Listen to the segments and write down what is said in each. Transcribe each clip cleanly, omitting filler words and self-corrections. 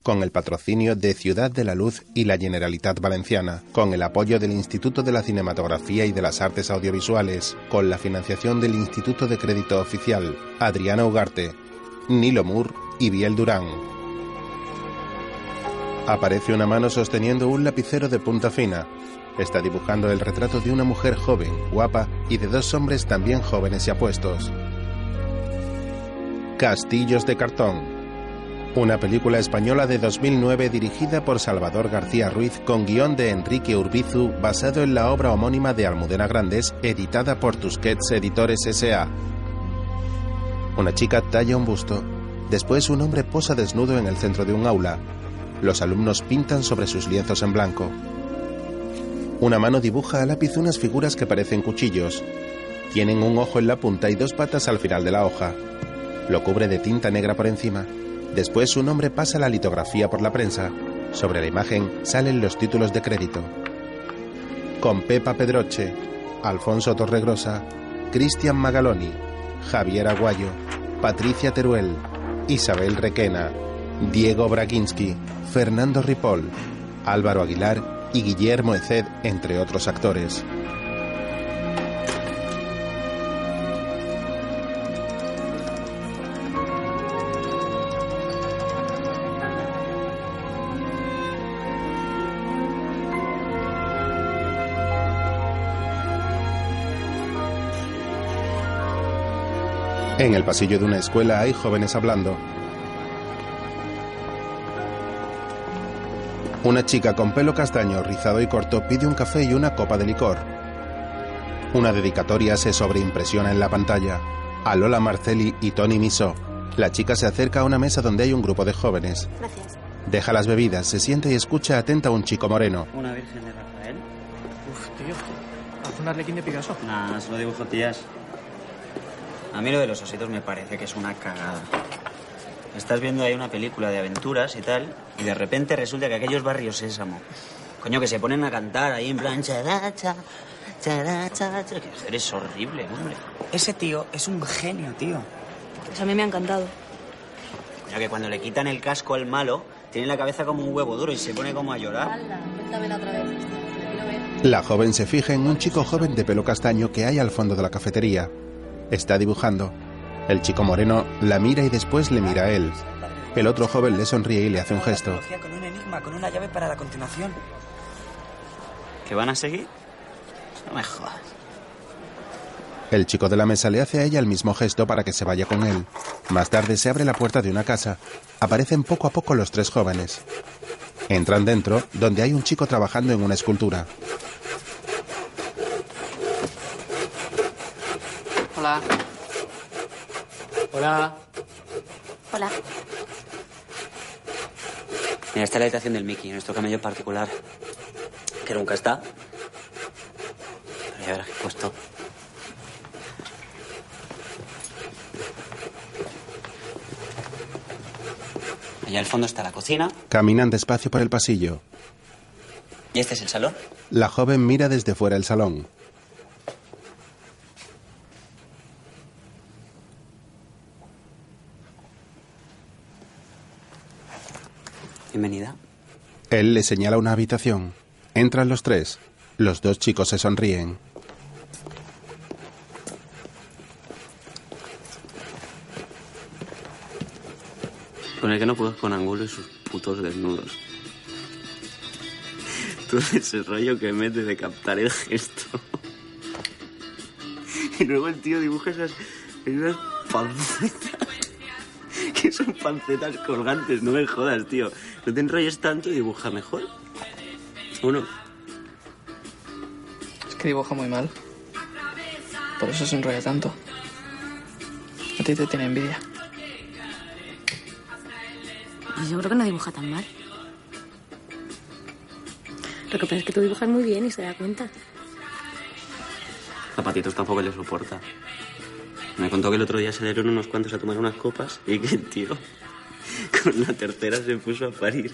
con el patrocinio de Ciudad de la Luz y la Generalitat Valenciana, con el apoyo del Instituto de la Cinematografía y de las Artes Audiovisuales, con la financiación del Instituto de Crédito Oficial, Adriana Ugarte, Nilo Moore y Biel Durán. Aparece una mano sosteniendo un lapicero de punta fina. Está dibujando el retrato de una mujer joven, guapa, y de dos hombres también jóvenes y apuestos. Castillos de cartón. Una película española de 2009 dirigida por Salvador García Ruiz con guión de Enrique Urbizu basado en la obra homónima de Almudena Grandes, editada por Tusquets Editores S.A. Una chica talla un busto. Después un hombre posa desnudo en el centro de un aula. Los alumnos pintan sobre sus lienzos en blanco. Una mano dibuja a lápiz unas figuras que parecen cuchillos. Tienen un ojo en la punta y dos patas al final de la hoja. Lo cubre de tinta negra por encima. Después un hombre pasa la litografía por la prensa. Sobre la imagen salen los títulos de crédito. Con Pepa Pedroche, Alfonso Torregrosa, Cristian Magaloni, Javier Aguayo, Patricia Teruel, Isabel Requena, Diego Braginski, Fernando Ripoll, Álvaro Aguilar y Guillermo Eced, entre otros actores. En el pasillo de una escuela hay jóvenes hablando. Una chica con pelo castaño, rizado y corto pide un café y una copa de licor. Una dedicatoria se sobreimpresiona en la pantalla. A Lola Marcelli y Tony Misó. La chica se acerca a una mesa donde hay un grupo de jóvenes. Gracias. Deja las bebidas, se sienta y escucha atenta a un chico moreno. ¿Una virgen de Rafael? Uf, tío. ¿Haz un arlequín de Picasso? Nah, solo dibujo tías. A mí lo de los ositos me parece que es una cagada. Estás viendo ahí una película de aventuras y tal, y de repente resulta que aquellos barrios Sésamo, coño, que se ponen a cantar ahí en plan characha, characha, que eres horrible, hombre. Ese tío es un genio, tío. Pues a mí me ha encantado. Coño, que cuando le quitan el casco al malo, tiene la cabeza como un huevo duro y se pone como a llorar. Hala, cuéntamela otra vez. Le quiero ver. La joven se fija en un chico joven de pelo castaño que hay al fondo de la cafetería. Está dibujando. El chico moreno la mira y después le mira a él. El otro joven le sonríe y le hace un gesto. Con un enigma, con una llave para la continuación. ¿Que van a seguir? No me jodas. El chico de la mesa le hace a ella el mismo gesto para que se vaya con él. Más tarde se abre la puerta de una casa. Aparecen poco a poco los tres jóvenes. Entran dentro, donde hay un chico trabajando en una escultura. Hola. Hola. Hola. Mira, esta es la habitación del Mickey, nuestro camello particular. Que nunca está. Pero ya verás qué puesto. Allá al fondo está la cocina. Caminan despacio por el pasillo. ¿Y este es el salón? La joven mira desde fuera el salón. Bienvenida. Él le señala una habitación. Entran los tres. Los dos chicos se sonríen. Con el que no puedo con Angulo y sus putos desnudos. Todo ese rollo que mete de captar el gesto. Y luego el tío dibuja esas pancetas. Que son pancetas colgantes, no me jodas, tío. No te enrolles tanto y dibuja mejor. Uno. Es que dibuja muy mal. Por eso se enrolla tanto. A ti te tiene envidia. Pues yo creo que no dibuja tan mal. Lo que pasa es que tú dibujas muy bien y se da cuenta. A Patitos tampoco le soporta. Me contó que el otro día salieron unos cuantos a tomar unas copas y que el tío con la tercera se puso a parir.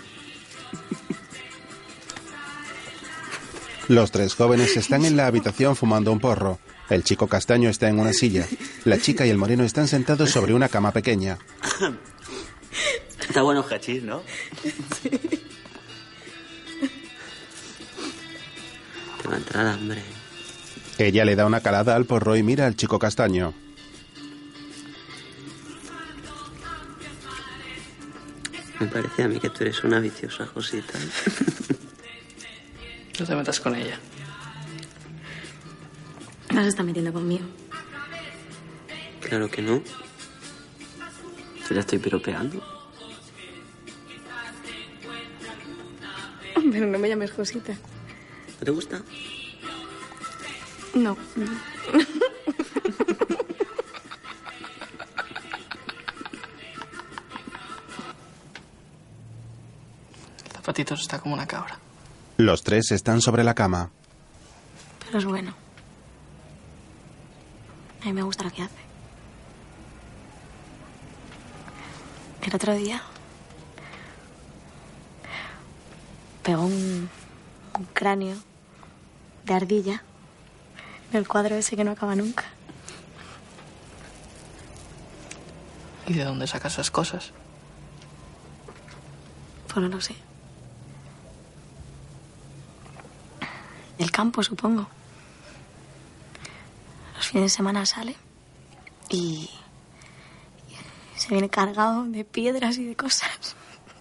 Los tres jóvenes están en la habitación fumando un porro. El chico castaño está en una silla. La chica y el moreno están sentados sobre una cama pequeña. Está bueno hachís, ¿no? Sí. Te va a entrar hambre. Ella le da una calada al porro y mira al chico castaño. Me parece a mí que tú eres una viciosa, Josita. No te metas con ella. No se está metiendo conmigo. Claro que no. Yo la estoy piropeando. Pero no me llames Josita. ¿No te gusta? No. El Zapatitos está como una cabra. Los tres están sobre la cama. Pero es bueno. A mí me gusta lo que hace. El otro día pegó un cráneo de ardilla en el cuadro ese que no acaba nunca. ¿Y de dónde sacas esas cosas? Pues no lo sé. Del campo, supongo. Los fines de semana sale y se viene cargado de piedras y de cosas.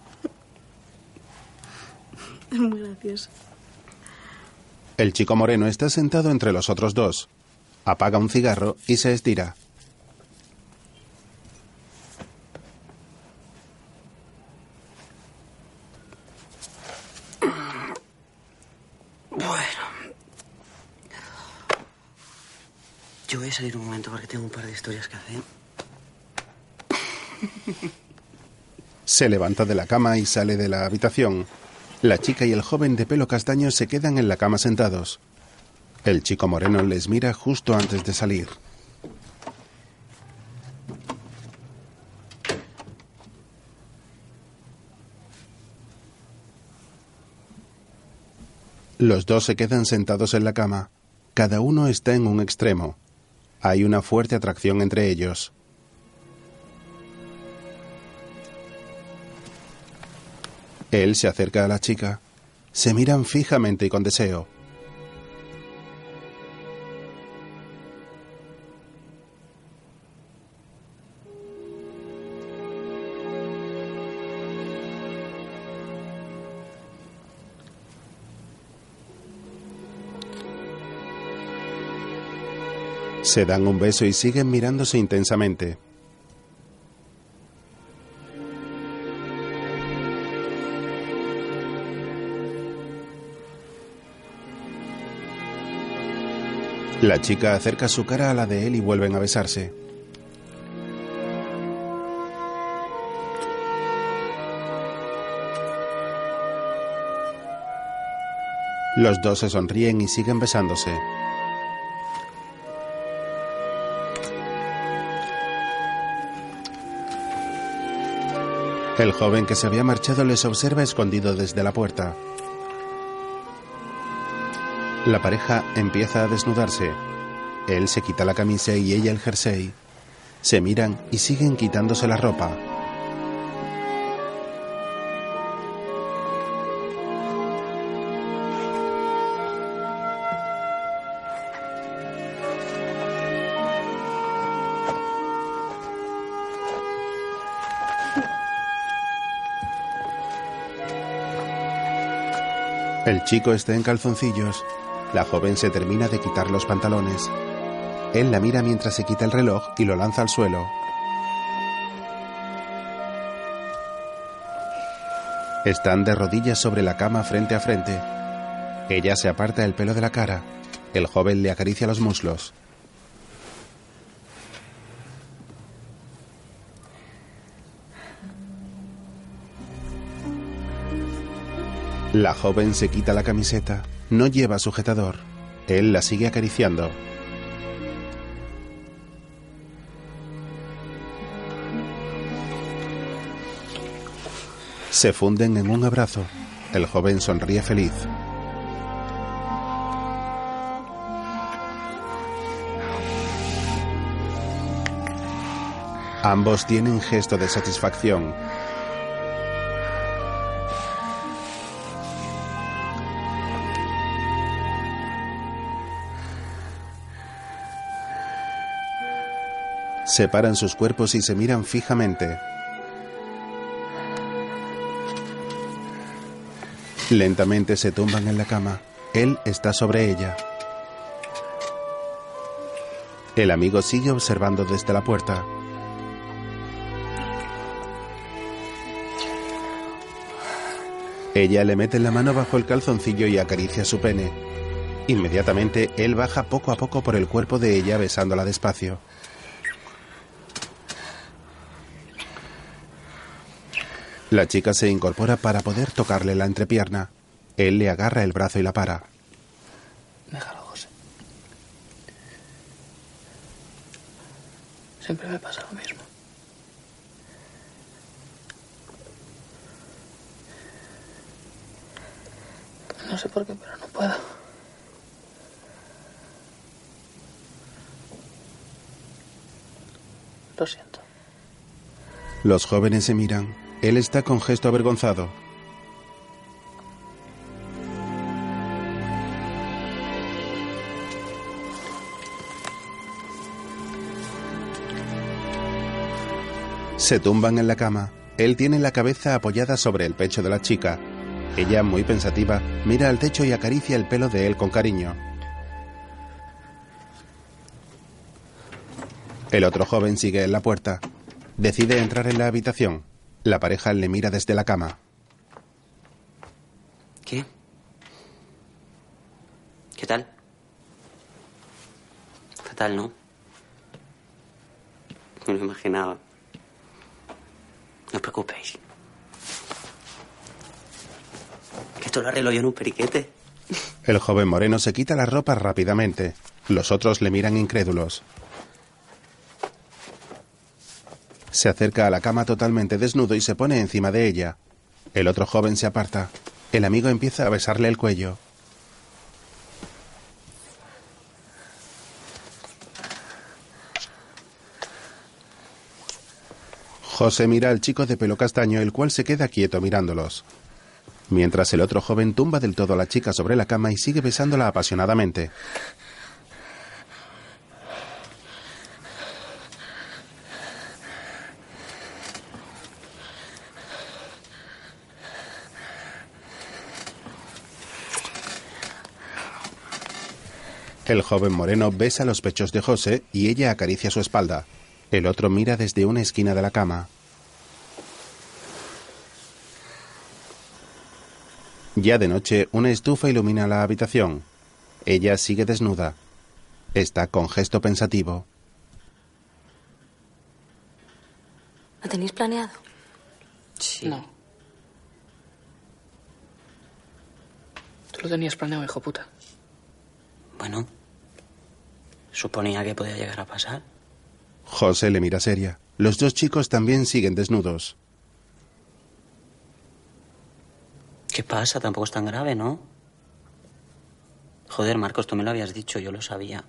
Es muy gracioso. El chico moreno está sentado entre los otros dos. Apaga un cigarro y se estira. Bueno. Yo voy a salir un momento porque tengo un par de historias que hacer. Se levanta de la cama y sale de la habitación. La chica y el joven de pelo castaño se quedan en la cama sentados. El chico moreno les mira justo antes de salir. Los dos se quedan sentados en la cama. Cada uno está en un extremo. Hay una fuerte atracción entre ellos. Él se acerca a la chica. Se miran fijamente y con deseo. Se dan un beso y siguen mirándose intensamente. La chica acerca su cara a la de él y vuelven a besarse. Los dos se sonríen y siguen besándose. El joven que se había marchado les observa escondido desde la puerta. La pareja empieza a desnudarse. Él se quita la camisa y ella el jersey. Se miran y siguen quitándose la ropa. El chico está en calzoncillos. La joven se termina de quitar los pantalones. Él la mira mientras se quita el reloj y lo lanza al suelo. Están de rodillas sobre la cama frente a frente. Ella se aparta el pelo de la cara. El joven le acaricia los muslos. La joven se quita la camiseta. No lleva sujetador. Él la sigue acariciando. Se funden en un abrazo. El joven sonríe feliz. Ambos tienen gesto de satisfacción. Separan sus cuerpos y se miran fijamente. Lentamente se tumban en la cama. Él está sobre ella. El amigo sigue observando desde la puerta. Ella le mete la mano bajo el calzoncillo y acaricia su pene. Inmediatamente, él baja poco a poco por el cuerpo de ella besándola despacio. La chica se incorpora para poder tocarle la entrepierna. Él le agarra el brazo y la para. Déjalo, José. Siempre me pasa lo mismo. No sé por qué, pero no puedo. Lo siento. Los jóvenes se miran. Él está con gesto avergonzado. Se tumban en la cama. Él tiene la cabeza apoyada sobre el pecho de la chica. Ella, muy pensativa, mira al techo y acaricia el pelo de él con cariño. El otro joven sigue en la puerta. Decide entrar en la habitación. La pareja le mira desde la cama. ¿Qué? ¿Qué tal? Fatal, ¿no? Me lo imaginaba. No os preocupéis. Que esto lo arreglo yo en un periquete. El joven moreno se quita la ropa rápidamente. Los otros le miran incrédulos. Se acerca a la cama totalmente desnudo y se pone encima de ella. El otro joven se aparta. El amigo empieza a besarle el cuello. José mira al chico de pelo castaño, el cual se queda quieto mirándolos. Mientras el otro joven tumba del todo a la chica sobre la cama y sigue besándola apasionadamente. El joven moreno besa los pechos de José y ella acaricia su espalda. El otro mira desde una esquina de la cama. Ya de noche, una estufa ilumina la habitación. Ella sigue desnuda. Está con gesto pensativo. ¿Lo tenéis planeado? Sí. No. Tú lo tenías planeado, hijo puta. Bueno, suponía que podía llegar a pasar. José le mira seria. Los dos chicos también siguen desnudos. ¿Qué pasa? Tampoco es tan grave, ¿no? Joder, Marcos, tú me lo habías dicho, yo lo sabía.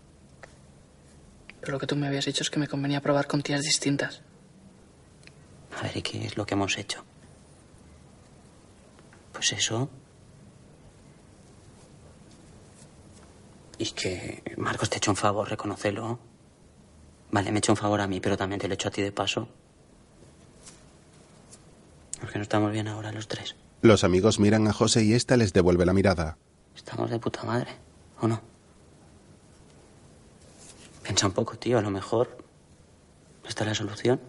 Pero lo que tú me habías dicho es que me convenía probar con tías distintas. A ver, ¿y qué es lo que hemos hecho? Pues eso. Y que, Marcos, te he hecho un favor, reconócelo. Vale, me he hecho un favor a mí, pero también te lo he hecho a ti de paso. Porque no estamos bien ahora los tres. Los amigos miran a José y ésta les devuelve la mirada. Estamos de puta madre, ¿o no? Piensa un poco, tío, a lo mejor esta es la solución.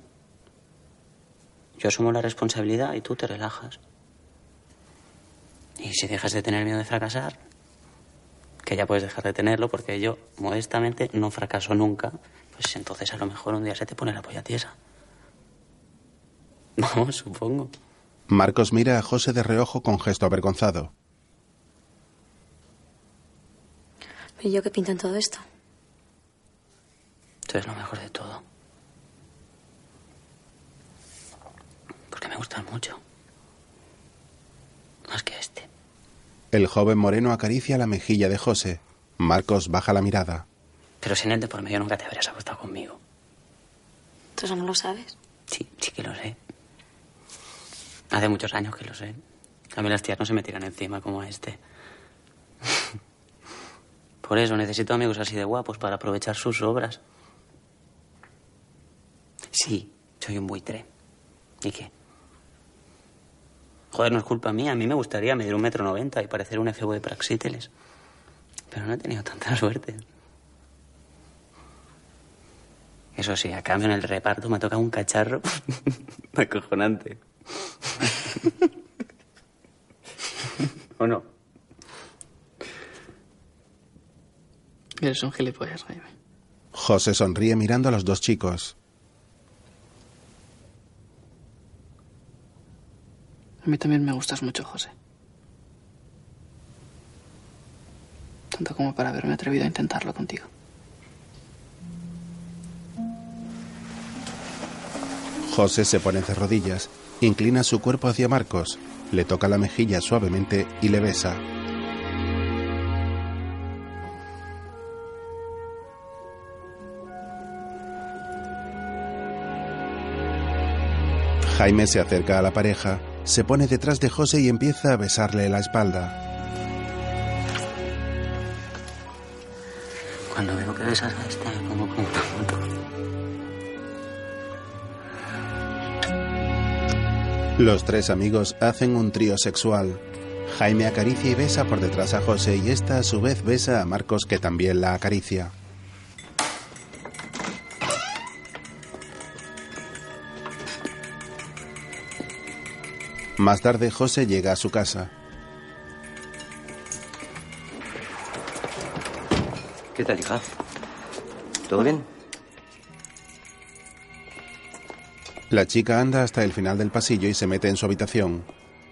Yo asumo la responsabilidad y tú te relajas. Y si dejas de tener miedo de fracasar, que ya puedes dejar de tenerlo porque yo, modestamente, no fracaso nunca, pues entonces a lo mejor un día se te pone la polla tiesa. Vamos, supongo. Marcos mira a José de reojo con gesto avergonzado. ¿Y yo qué pinto en todo esto? Tú eres lo mejor de todo. Porque me gustan mucho. Más que este. El joven moreno acaricia la mejilla de José. Marcos baja la mirada. Pero sin él de por medio nunca te habrías acostado conmigo. ¿Tú eso no lo sabes? Sí, sí que lo sé. Hace muchos años que lo sé. A mí las tías no se me tiran encima como a este. Por eso necesito amigos así de guapos para aprovechar sus obras. Sí, soy un buitre. ¿Y qué? Joder, no es culpa mía. A mí me gustaría medir 1,90 m y parecer un FV de Praxíteles. Pero no he tenido tanta suerte. Eso sí, a cambio en el reparto me toca un cacharro acojonante. ¿O no? Eres un gilipollas, Jaime. José sonríe mirando a los dos chicos. A mí también me gustas mucho, José. Tanto como para haberme atrevido a intentarlo contigo. José se pone de rodillas, inclina su cuerpo hacia Marcos, le toca la mejilla suavemente y le besa. Jaime se acerca a la pareja, se pone detrás de José y empieza a besarle la espalda. Cuando veo que besas a esta me pongo como tonto. Los tres amigos hacen un trío sexual. Jaime acaricia y besa por detrás a José y esta a su vez besa a Marcos, que también la acaricia. Más tarde José llega a su casa. ¿Qué tal, hija? ¿Todo bien? La chica anda hasta el final del pasillo y se mete en su habitación.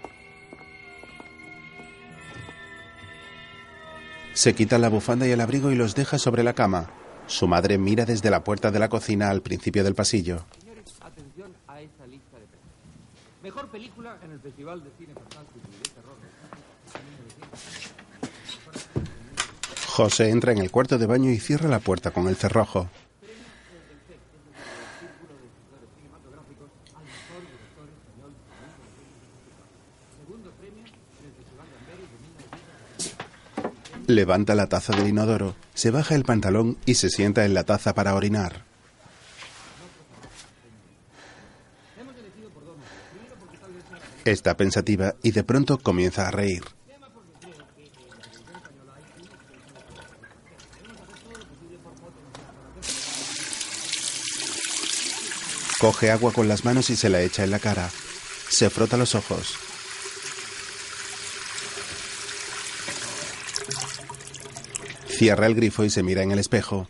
Se quita la bufanda y el abrigo y los deja sobre la cama. Su madre mira desde la puerta de la cocina al principio del pasillo. Señores, atención a esta lista de premios. Mejor película en el Festival de Cine Fantástico y de Terror. José entra en el cuarto de baño y cierra la puerta con el cerrojo. Levanta la taza del inodoro, se baja el pantalón y se sienta en la taza para orinar. Está pensativa y de pronto comienza a reír. Coge agua con las manos y se la echa en la cara. Se frota los ojos. Cierra el grifo y se mira en el espejo.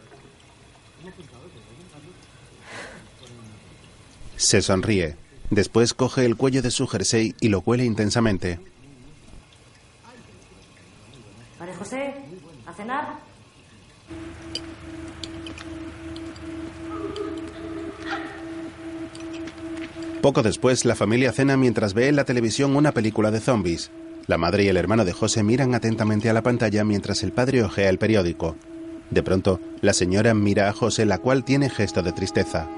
Se sonríe. Después coge el cuello de su jersey y lo huele intensamente. María José, ¿a cenar? Poco después, la familia cena mientras ve en la televisión una película de zombies. La madre y el hermano de José miran atentamente a la pantalla mientras el padre hojea el periódico. De pronto, la señora mira a José, la cual tiene gesto de tristeza.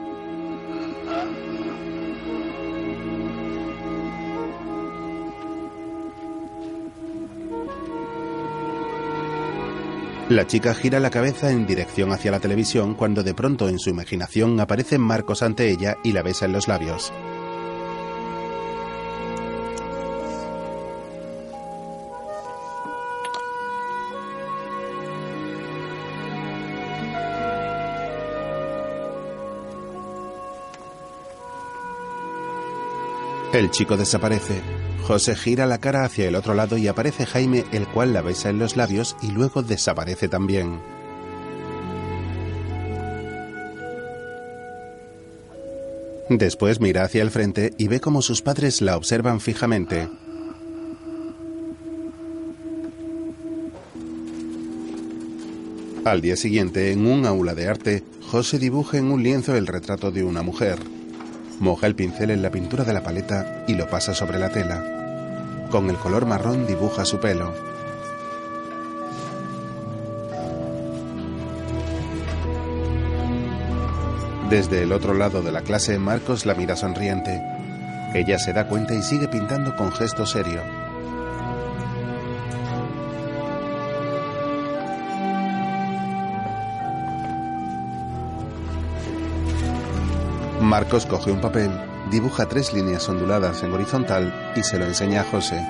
La chica gira la cabeza en dirección hacia la televisión cuando de pronto en su imaginación aparece Marcos ante ella y la besa en los labios. El chico desaparece. José gira la cara hacia el otro lado y aparece Jaime, el cual la besa en los labios y luego desaparece también. Después mira hacia el frente y ve cómo sus padres la observan fijamente. Al día siguiente, en un aula de arte, José dibuja en un lienzo el retrato de una mujer. Moja el pincel en la pintura de la paleta y lo pasa sobre la tela. Con el color marrón dibuja su pelo. Desde el otro lado de la clase, Marcos la mira sonriente. Ella se da cuenta y sigue pintando con gesto serio. Marcos coge un papel, dibuja 3 líneas onduladas en horizontal y se lo enseña a José.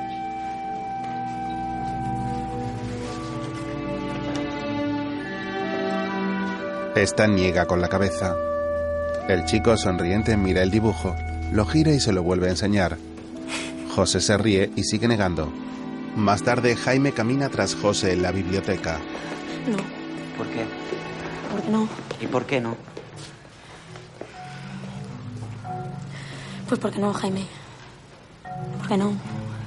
Esta niega con la cabeza. El chico sonriente mira el dibujo, lo gira y se lo vuelve a enseñar. José se ríe y sigue negando. Más tarde, Jaime camina tras José en la biblioteca. No. ¿Por qué? ¿Por qué no? ¿Y por qué no? Pues porque no, Jaime. ¿Por qué no?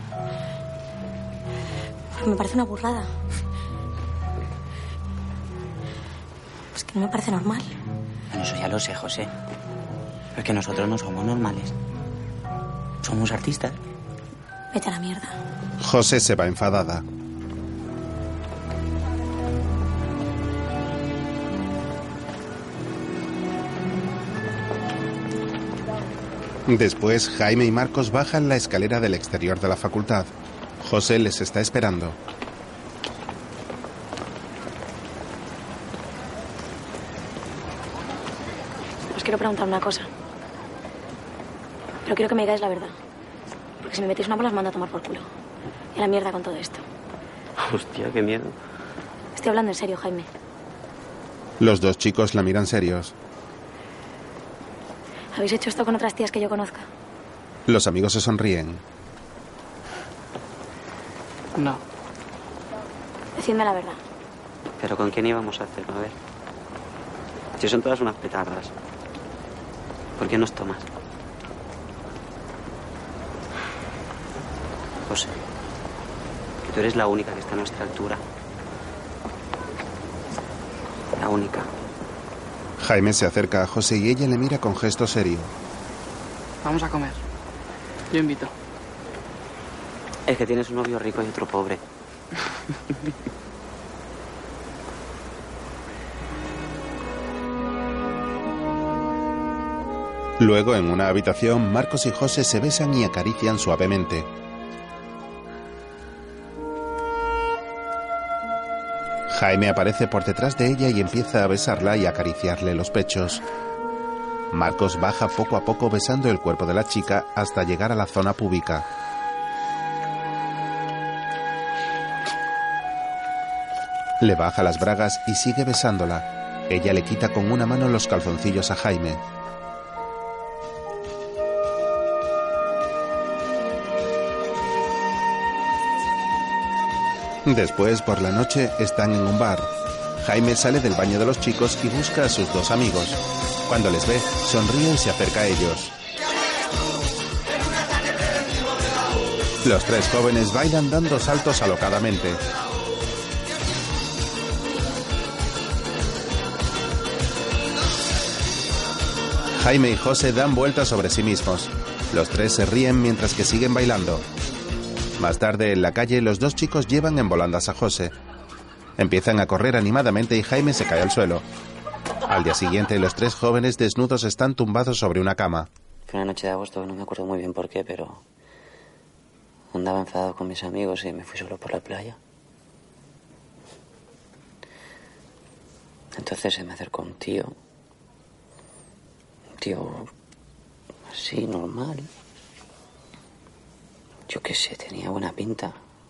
Porque me parece una burrada. Es que no me parece normal. Bueno, eso ya lo sé, José. Pero es que nosotros no somos normales. Somos artistas. Vete a la mierda. José se va enfadada. Después, Jaime y Marcos bajan la escalera del exterior de la facultad. José les está esperando. Os quiero preguntar una cosa. Pero quiero que me digáis la verdad. Porque si me metéis una bola os mando a tomar por culo. Y a la mierda con todo esto. Hostia, qué miedo. Estoy hablando en serio, Jaime. Los dos chicos la miran serios. ¿Habéis hecho esto con otras tías que yo conozca? Los amigos se sonríen. No. Decidme la verdad. ¿Pero con quién íbamos a hacerlo? A ver. Si son todas unas petardas. ¿Por qué nos tomas? José, que tú eres la única que está a nuestra altura. La única. Jaime se acerca a José y ella le mira con gesto serio. Vamos a comer. Yo invito. Es que tienes un novio rico y otro pobre. Luego, en una habitación, Marcos y José se besan y acarician suavemente. Jaime aparece por detrás de ella y empieza a besarla y acariciarle los pechos. Marcos baja poco a poco besando el cuerpo de la chica hasta llegar a la zona púbica. Le baja las bragas y sigue besándola. Ella le quita con una mano los calzoncillos a Jaime. Después, por la noche, están en un bar. Jaime sale del baño de los chicos y busca a sus dos amigos. Cuando les ve, sonríe y se acerca a ellos. Los 3 jóvenes bailan dando saltos alocadamente. Jaime y José dan vueltas sobre sí mismos. Los 3 se ríen mientras que siguen bailando. Más tarde, en la calle, los 2 chicos llevan en volandas a José. Empiezan a correr animadamente y Jaime se cae al suelo. Al día siguiente, los 3 jóvenes desnudos están tumbados sobre una cama. Fue una noche de agosto que no me acuerdo muy bien por qué, pero andaba enfadado con mis amigos y me fui solo por la playa. Entonces se me acercó un tío así, normal. Yo qué sé, tenía buena pinta.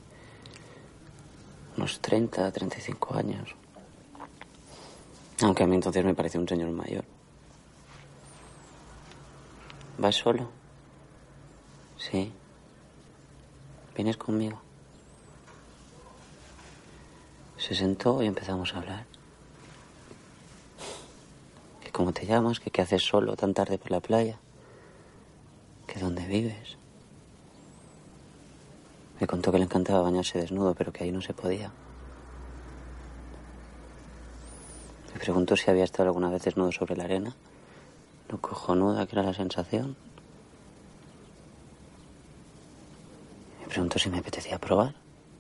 Unos 30, 35 años. Aunque a mí entonces me parecía un señor mayor. ¿Vas solo? Sí. ¿Vienes conmigo? Se sentó y empezamos a hablar. ¿Que cómo te llamas? ¿Que qué haces solo tan tarde por la playa? ¿Que dónde vives? Me contó que le encantaba bañarse desnudo, pero que ahí no se podía. Me preguntó si había estado alguna vez desnudo sobre la arena. Lo cojonuda que era la sensación. Me preguntó si me apetecía probar.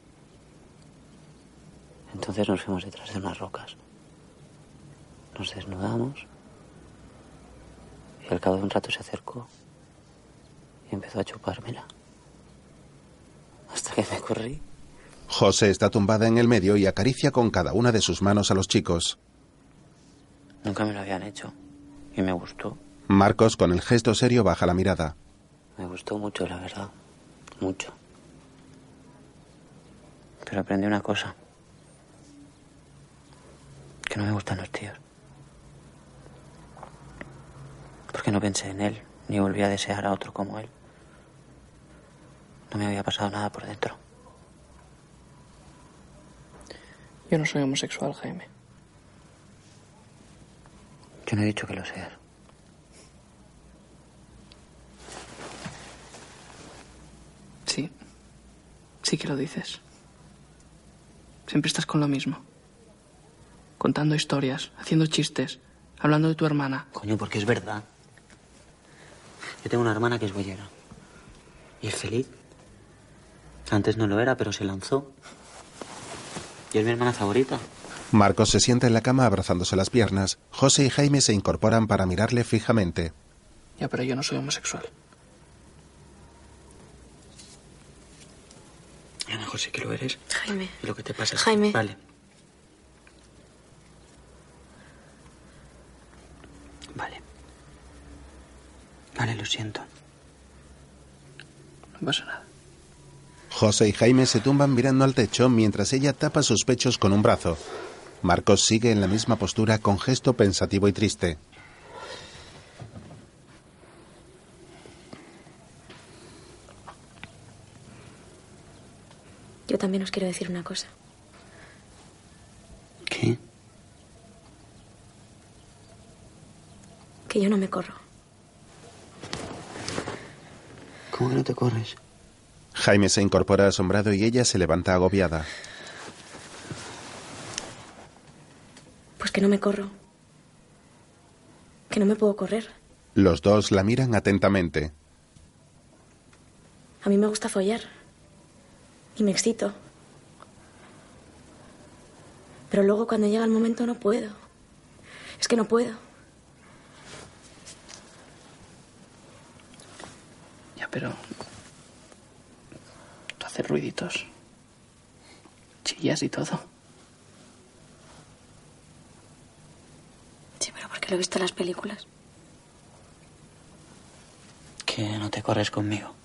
Entonces nos fuimos detrás de unas rocas. Nos desnudamos. Y al cabo de un rato se acercó. Y empezó a chupármela. Hasta que me corrí. José está tumbada en el medio y acaricia con cada una de sus manos a los chicos. Nunca me lo habían hecho. Y me gustó. Marcos, con el gesto serio, baja la mirada. Me gustó mucho, la verdad. Mucho. Pero aprendí una cosa. Que no me gustan los tíos. Porque no pensé en él, ni volví a desear a otro como él. No me había pasado nada por dentro. Yo no soy homosexual, Jaime. Yo no he dicho que lo seas. Sí. Sí que lo dices. Siempre estás con lo mismo. Contando historias, haciendo chistes, hablando de tu hermana. Coño, porque es verdad. Yo tengo una hermana que es boyera. Y es feliz. Antes no lo era, pero se lanzó. Y es mi hermana favorita. Marcos se sienta en la cama abrazándose las piernas. José y Jaime se incorporan para mirarle fijamente. Ya, pero yo no soy homosexual. Ana, José, que lo eres. Jaime. Y lo que te pasa es... Jaime. Vale. Vale, lo siento. No pasa nada. José y Jaime se tumban mirando al techo mientras ella tapa sus pechos con un brazo. Marcos sigue en la misma postura con gesto pensativo y triste. Yo también os quiero decir una cosa. ¿Qué? Que yo no me corro. ¿Cómo que no te corres? Jaime se incorpora asombrado y ella se levanta agobiada. Pues que no me corro. Que no me puedo correr. Los dos la miran atentamente. A mí me gusta follar. Y me excito. Pero luego cuando llega el momento no puedo. Es que no puedo. Ya, pero... tú haces ruiditos. Chillas y todo. Sí, pero porque lo he visto en las películas. Que no te corres conmigo.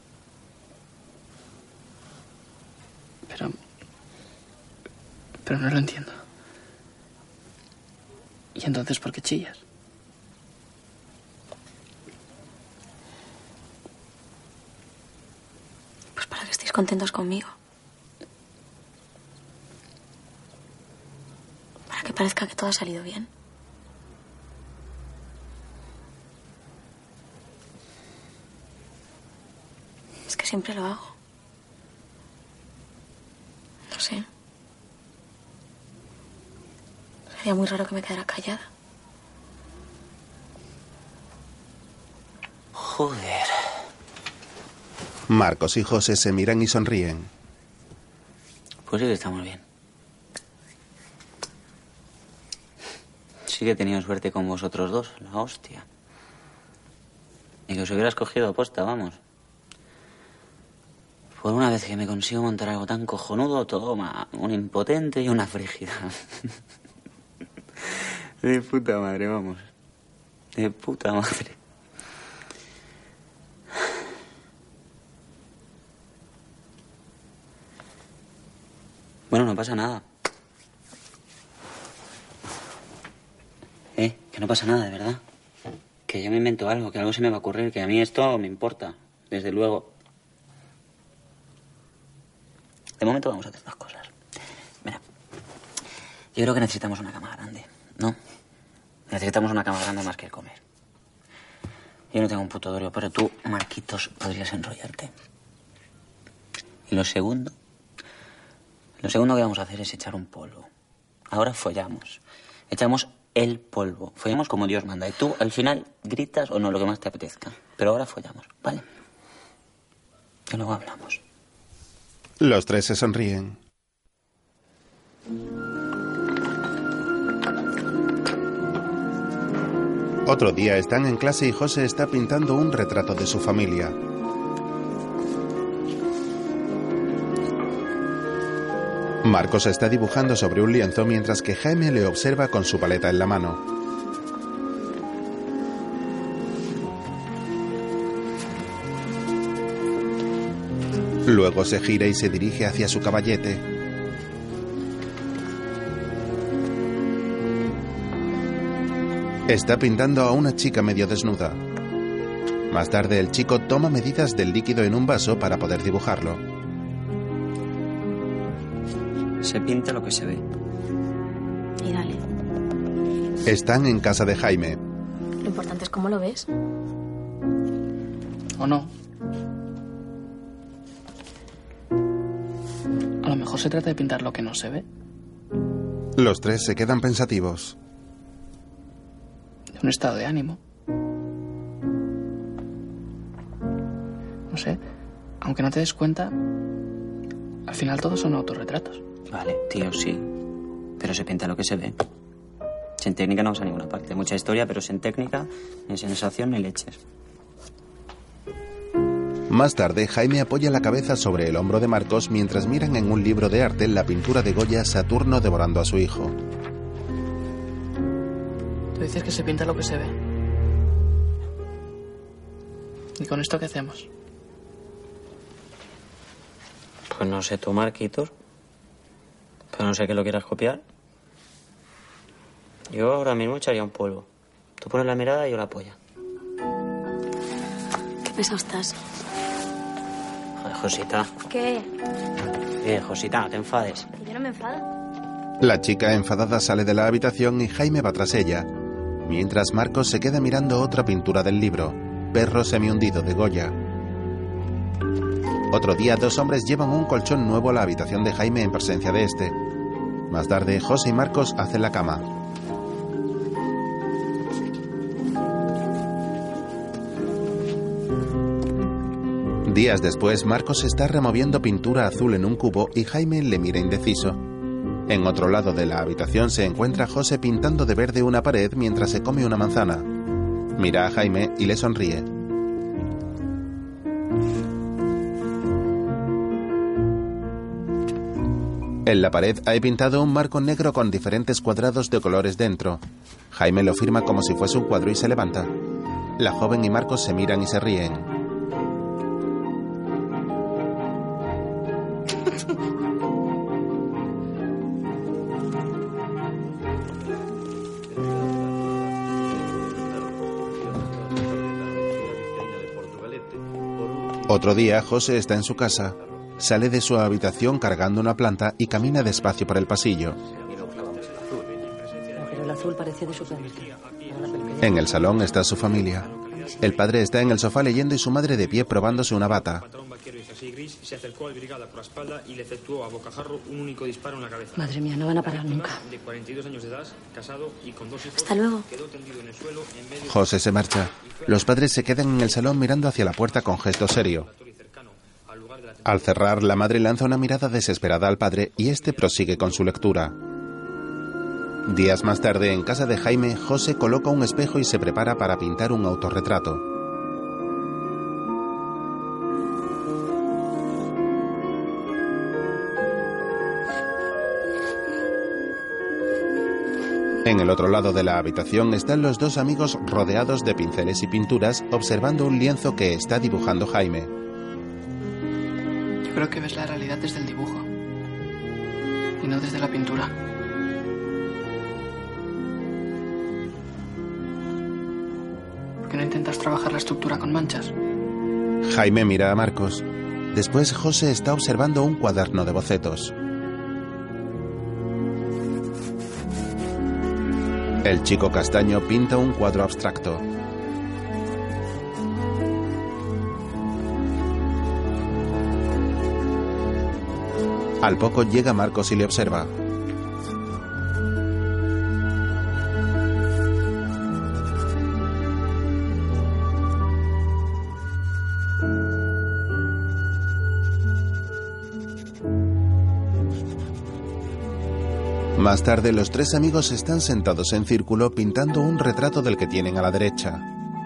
Pero no lo entiendo. ¿Y entonces por qué chillas? Pues para que estéis contentos conmigo. Para que parezca que todo ha salido bien. Es que siempre lo hago. No sé. Sería muy raro que me quedara callada. Joder. Marcos y José se miran y sonríen. Pues sí que estamos bien. Sí que he tenido suerte con vosotros dos, la hostia. Y que os hubieras cogido aposta, vamos. Por una vez que me consigo montar algo tan cojonudo, toma, un impotente y una frígida. De puta madre, vamos. De puta madre. Bueno, no pasa nada. Que no pasa nada, de verdad. Que yo me invento algo, que algo se me va a ocurrir, que a mí esto me importa, desde luego. De momento vamos a hacer dos cosas. Mira, yo creo que necesitamos una cama grande, ¿no? Necesitamos una cama grande más que el comer. Yo no tengo un puto duro, pero tú, Marquitos, podrías enrollarte. Y lo segundo que vamos a hacer es echar un polvo. Ahora follamos. Echamos el polvo. Follamos como Dios manda. Y tú, al final, gritas o no, lo que más te apetezca. Pero ahora follamos, ¿vale? Que luego hablamos. Los tres se sonríen. Otro día están en clase y José está pintando un retrato de su familia. Marcos está dibujando sobre un lienzo mientras que Jaime le observa con su paleta en la mano. Luego se gira y se dirige hacia su caballete. Está pintando a una chica medio desnuda. Más tarde el chico toma medidas del líquido en un vaso para poder dibujarlo. Se pinta lo que se ve. Y dale. Están en casa de Jaime. Lo importante es cómo lo ves. ¿O no? A lo mejor se trata de pintar lo que no se ve. Los tres se quedan pensativos. De un estado de ánimo. No sé, aunque no te des cuenta, al final todos son autorretratos. Vale, tío, sí. Pero se pinta lo que se ve. Sin técnica no vas a ninguna parte. Mucha historia, pero sin técnica, ni sensación, ni leches. Más tarde, Jaime apoya la cabeza sobre el hombro de Marcos mientras miran en un libro de arte la pintura de Goya Saturno devorando a su hijo. Tú dices que se pinta lo que se ve. ¿Y con esto qué hacemos? Pues no sé tú, Marquitos. Pero no sé que lo quieras copiar. Yo ahora mismo echaría un polvo. Tú pones la mirada y yo la polla. Qué pesado estás. Joder, Josita. ¿Qué? Josita, no te enfades. Que yo no me enfado. La chica enfadada sale de la habitación y Jaime va tras ella, mientras Marcos se queda mirando otra pintura del libro, Perro semihundido de Goya. Otro día, dos hombres llevan un colchón nuevo a la habitación de Jaime en presencia de este. Más tarde, José y Marcos hacen la cama. Días después, Marcos está removiendo pintura azul en un cubo y Jaime le mira indeciso. En otro lado de la habitación se encuentra José pintando de verde una pared mientras se come una manzana. Mira a Jaime y le sonríe. En la pared hay pintado un marco negro con diferentes cuadrados de colores dentro. Jaime lo firma como si fuese un cuadro y se levanta. La joven y Marcos se miran y se ríen. Otro día, José está en su casa. Sale de su habitación cargando una planta y camina despacio por el pasillo. Pero el azul parecía de supermercado. En el salón está su familia. El padre está en el sofá leyendo y su madre de pie probándose una bata. Madre mía, no van a parar nunca. Hasta luego. José se marcha. Los padres se quedan en el salón mirando hacia la puerta con gesto serio. Al cerrar, la madre lanza una mirada desesperada al padre y este prosigue con su lectura. Días más tarde, en casa de Jaime, José coloca un espejo y se prepara para pintar un autorretrato. En el otro lado de la habitación están los dos amigos rodeados de pinceles y pinturas, observando un lienzo que está dibujando Jaime. Yo creo que ves la realidad desde el dibujo y no desde la pintura. ¿Por qué no intentas trabajar la estructura con manchas? Jaime mira a Marcos. Después José está observando un cuaderno de bocetos. El chico castaño pinta un cuadro abstracto. Al poco llega Marcos y le observa. Más tarde, los tres amigos están sentados en círculo pintando un retrato del que tienen a la derecha.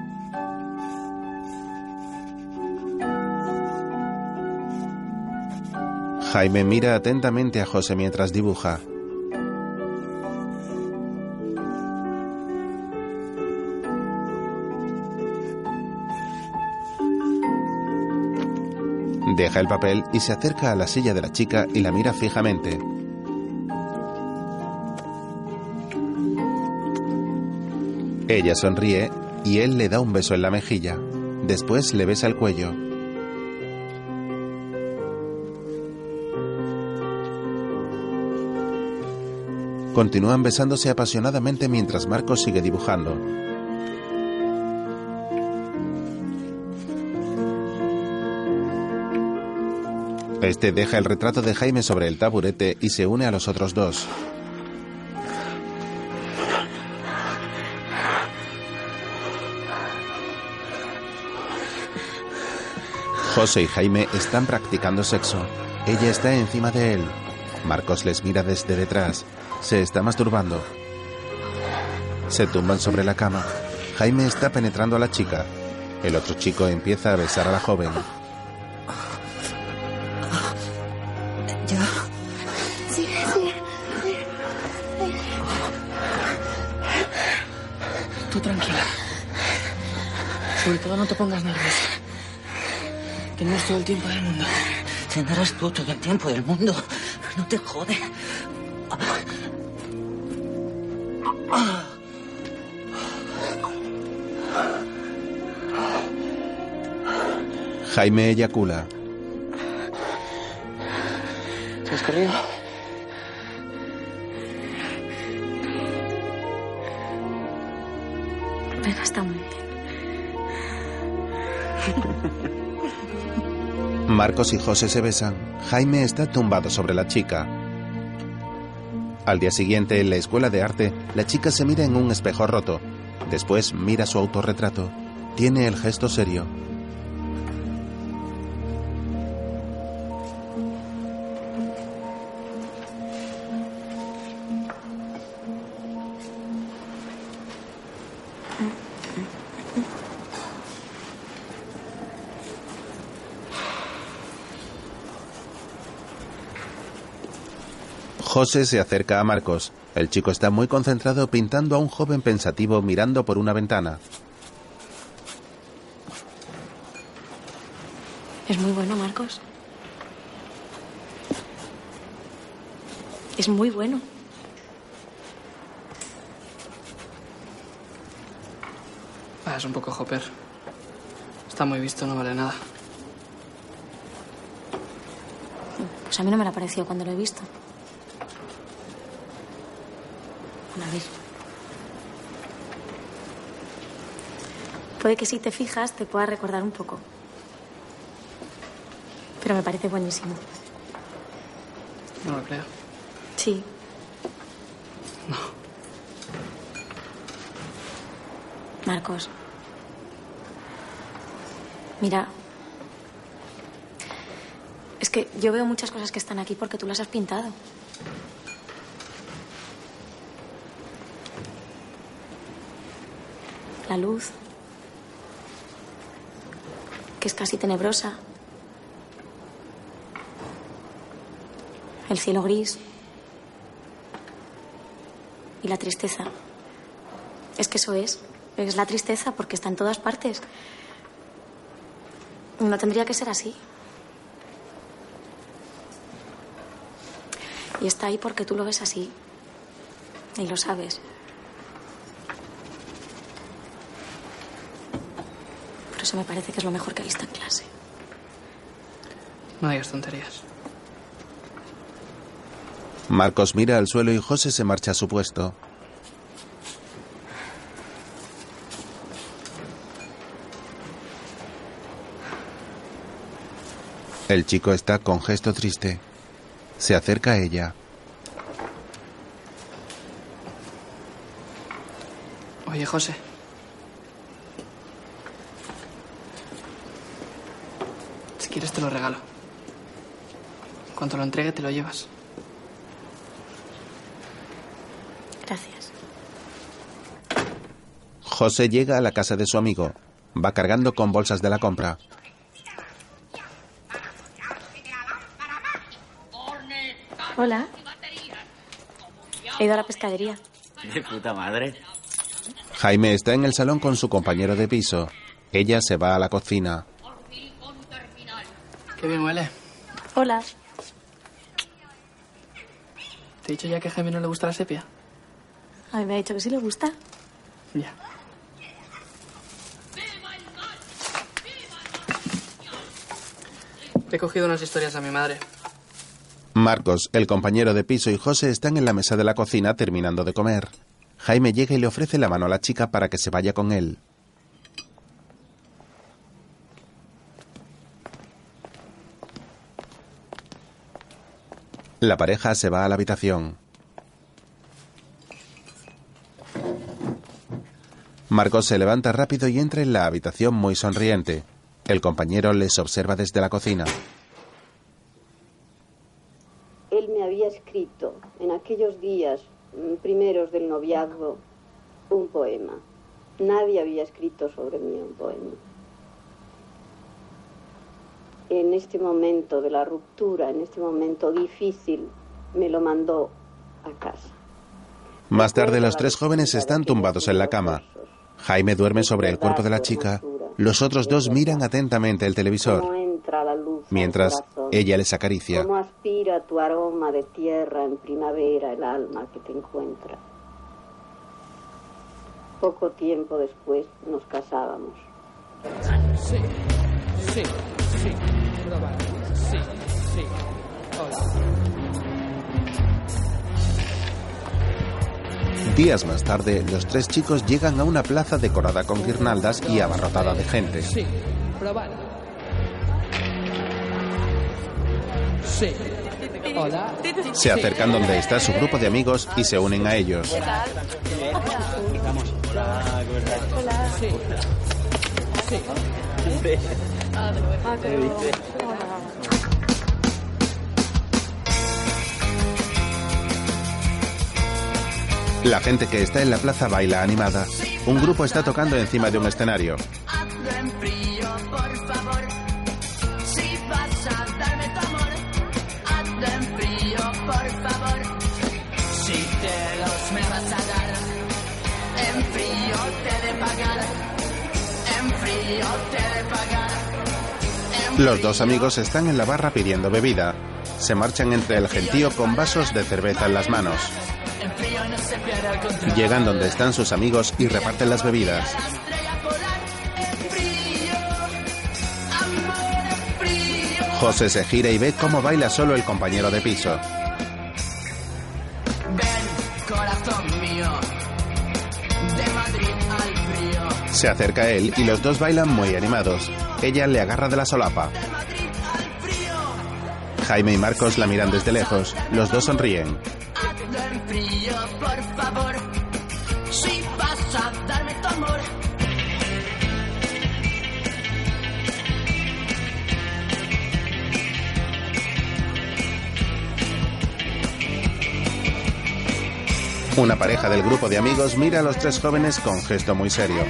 Jaime mira atentamente a José mientras dibuja. Deja el papel y se acerca a la silla de la chica y la mira fijamente. Ella sonríe y él le da un beso en la mejilla. Después le besa el cuello. Continúan besándose apasionadamente mientras Marcos sigue dibujando. Este deja el retrato de Jaime sobre el taburete y se une a los otros dos. José y Jaime están practicando sexo. Ella está encima de él. Marcos les mira desde detrás. Se está masturbando. Se tumban sobre la cama. Jaime está penetrando a la chica. El otro chico empieza a besar a la joven. ¿Ya? Sí. Tú tranquila. Sobre todo no te pongas nerviosa. Tenemos todo el tiempo del mundo. Tendrás tú todo el tiempo del mundo. No te jode. Jaime eyacula. ¿Te has corrido? Venga, está muy bien. Marcos y José se besan. Jaime está tumbado sobre la chica. Al día siguiente, en la escuela de arte, la chica se mira en un espejo roto. Después mira su autorretrato. Tiene el gesto serio. José se acerca a Marcos. El chico está muy concentrado pintando a un joven pensativo mirando por una ventana. Es muy bueno, Marcos. Es muy bueno. Es un poco hopper. Está muy visto, no vale nada. Pues a mí no me lo ha parecido cuando lo he visto. A ver. Puede que si te fijas te pueda recordar un poco. Pero me parece buenísimo. No lo creo. Sí. No. Marcos. Mira. Es que yo veo muchas cosas que están aquí porque tú las has pintado. La luz, que es casi tenebrosa. El cielo gris. Y la tristeza. Es que eso es la tristeza porque está en todas partes. No tendría que ser así. Y está ahí porque tú lo ves así. Y lo sabes. Por eso me parece que es lo mejor que he visto en clase. No digas tonterías. Marcos mira al suelo y José se marcha a su puesto. El chico está con gesto triste. Se acerca a ella. Oye, José. Si quieres te lo regalo. En cuanto lo entregue te lo llevas. Gracias. José llega a la casa de su amigo. Va cargando con bolsas de la compra. Hola. He ido a la pescadería. De puta madre. Jaime está en el salón con su compañero de piso. Ella se va a la cocina. Qué bien huele. Hola. ¿Te he dicho ya que a Jaime no le gusta la sepia? A mí me ha dicho que sí le gusta. Ya. He cogido unas historias a mi madre. Marcos, el compañero de piso, y José están en la mesa de la cocina terminando de comer. Jaime llega y le ofrece la mano a la chica para que se vaya con él. La pareja se va a la habitación. Marcos se levanta rápido y entra en la habitación muy sonriente. El compañero les observa desde la cocina. Él me había escrito en aquellos días primeros del noviazgo un poema. Nadie había escrito sobre mí un poema. En este momento de la ruptura, en este momento difícil, me lo mandó a casa. Más tarde los tres jóvenes están tumbados en la cama. Jaime duerme sobre el cuerpo de la chica. Los otros dos miran atentamente el televisor, mientras ella les acaricia. Cómo aspira tu aroma de tierra en primavera el alma que te encuentra. Poco tiempo después nos casábamos. Sí, sí, sí. Probar. Sí, sí. Hola. Días más tarde, los tres chicos llegan a una plaza decorada con guirnaldas y abarrotada de gente. Sí, probar. Sí. Hola. Se acercan donde está su grupo de amigos y se unen a ellos. Hola. Sí. Sí. La gente que está en la plaza baila animada. Un grupo está tocando encima de un escenario. Los dos amigos están en la barra pidiendo bebida. Se marchan entre el gentío con vasos de cerveza en las manos. Llegan donde están sus amigos y reparten las bebidas. José se gira y ve cómo baila solo el compañero de piso. Se acerca a él y los dos bailan muy animados. Ella le agarra de la solapa. Jaime y Marcos la miran desde lejos. Los dos sonríen. Una pareja del grupo de amigos mira a los tres jóvenes con gesto muy serio.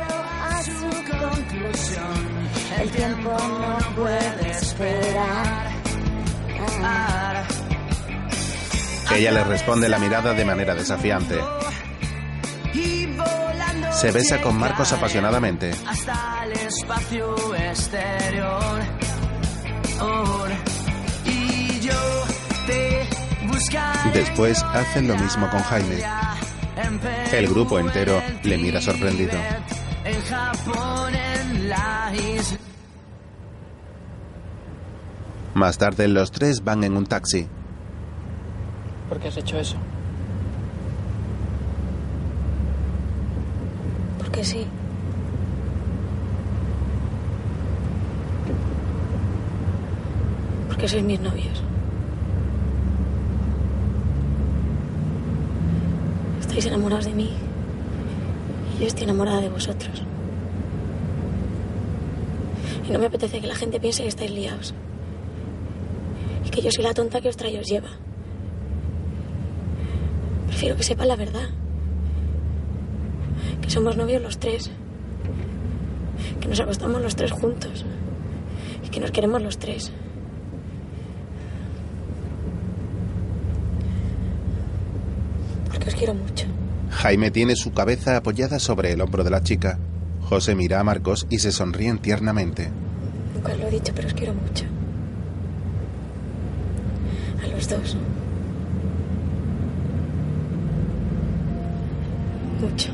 El tiempo no puede esperar. Ella le responde la mirada de manera desafiante. Se besa con Marcos apasionadamente. Después hacen lo mismo con Jaime. El grupo entero le mira sorprendido. Más tarde los tres van en un taxi. ¿Por qué has hecho eso? Porque sí. Porque sois mis novios. Estáis enamorados de mí. Y yo estoy enamorada de vosotros. Y no me apetece que la gente piense que estáis liados. Y que yo soy la tonta que os trae y os lleva. Prefiero que sepan la verdad. Que somos novios los tres. Que nos acostamos los tres juntos. Y que nos queremos los tres. Porque os quiero mucho. Jaime tiene su cabeza apoyada sobre el hombro de la chica. José mira a Marcos y se sonríen tiernamente. Nunca os lo he dicho, pero os quiero mucho. los dos. Mucho.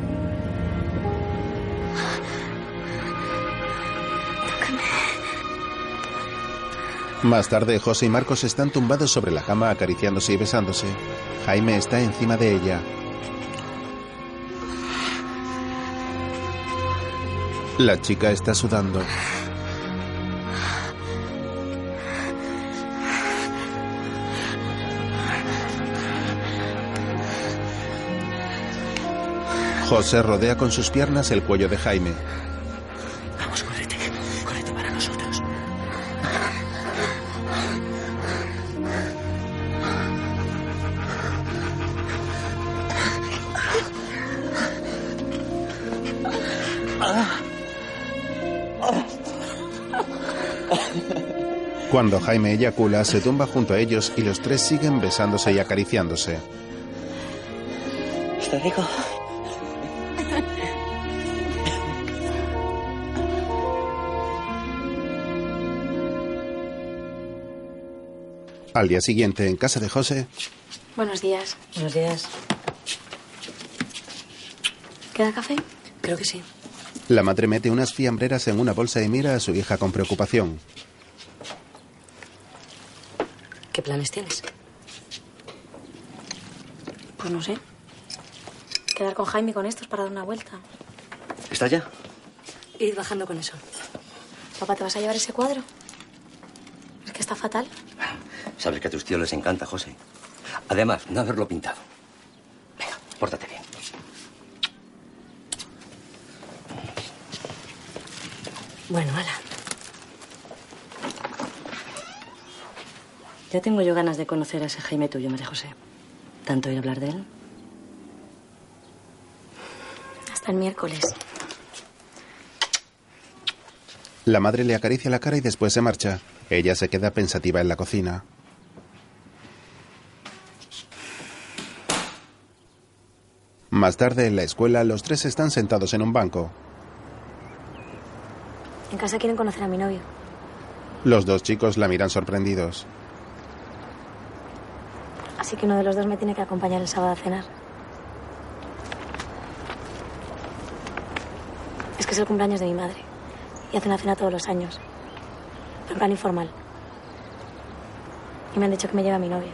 Tócame. Más tarde, José y Marcos están tumbados sobre la cama acariciándose y besándose. Jaime está encima de ella. La chica está sudando. José rodea con sus piernas el cuello de Jaime. Vamos, córrete. Córrete para nosotros. Cuando Jaime eyacula, se tumba junto a ellos y los tres siguen besándose y acariciándose. ¿Está rico? Al día siguiente, en casa de José, Buenos días. Buenos días. ¿Queda café? Creo que sí. la madre mete unas fiambreras en una bolsa y mira a su hija con preocupación. ¿Qué planes tienes? Pues no sé. Quedar con Jaime con estos para dar una vuelta. ¿Estás ya? Ir bajando con eso. Papá, ¿te vas a llevar ese cuadro? Es que está fatal. Sabes que a tus tíos les encanta, José. Además, no haberlo pintado. Venga, pórtate bien. Bueno, ala. Ya tengo yo ganas de conocer a ese Jaime tuyo, María José. ¿Tanto oír hablar de él? Hasta el miércoles. La madre le acaricia la cara y después se marcha. Ella se queda pensativa en la cocina. Más tarde, en la escuela, los tres están sentados en un banco. En casa quieren conocer a mi novio. Los dos chicos la miran sorprendidos. Así que uno de los dos me tiene que acompañar el sábado a cenar. Es que es el cumpleaños de mi madre. Y hacen la cena todos los años. Pero en plan informal. Y me han dicho que me lleve a mi novio.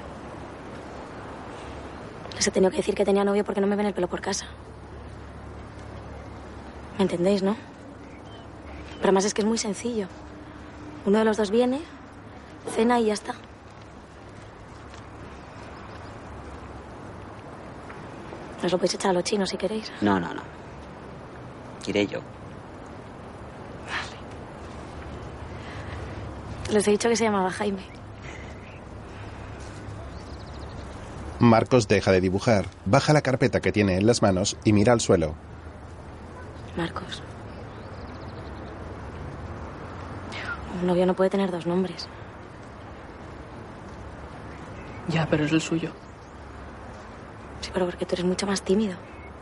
Les he tenido que decir que tenía novio porque no me ven el pelo por casa. ¿Me entendéis, no? Pero además es que es muy sencillo. Uno de los dos viene, cena y ya está. Os lo podéis echar a los chinos si queréis. No. Iré yo. Les he dicho que se llamaba Jaime. Marcos deja de dibujar, baja la carpeta que tiene en las manos y mira al suelo. Marcos. Un novio no puede tener dos nombres. Ya, pero es el suyo. Sí, pero porque tú eres mucho más tímido.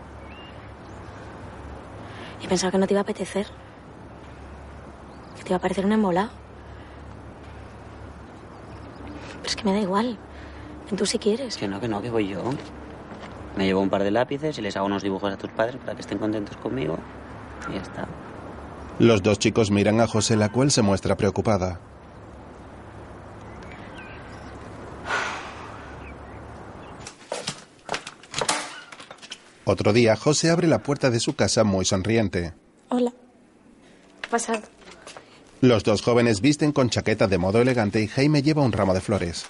Y he pensado que no te iba a apetecer. Que te iba a parecer un embolado. Pero es que me da igual. Ven tú si quieres. Que no, que voy yo. Me llevo un par de lápices y les hago unos dibujos a tus padres para que estén contentos conmigo. Y ya está. Los dos chicos miran a José, la cual se muestra preocupada. Otro día, José abre la puerta de su casa muy sonriente. Hola. ¿Qué ha pasado? Los dos jóvenes visten con chaqueta de modo elegante y Jaime lleva un ramo de flores.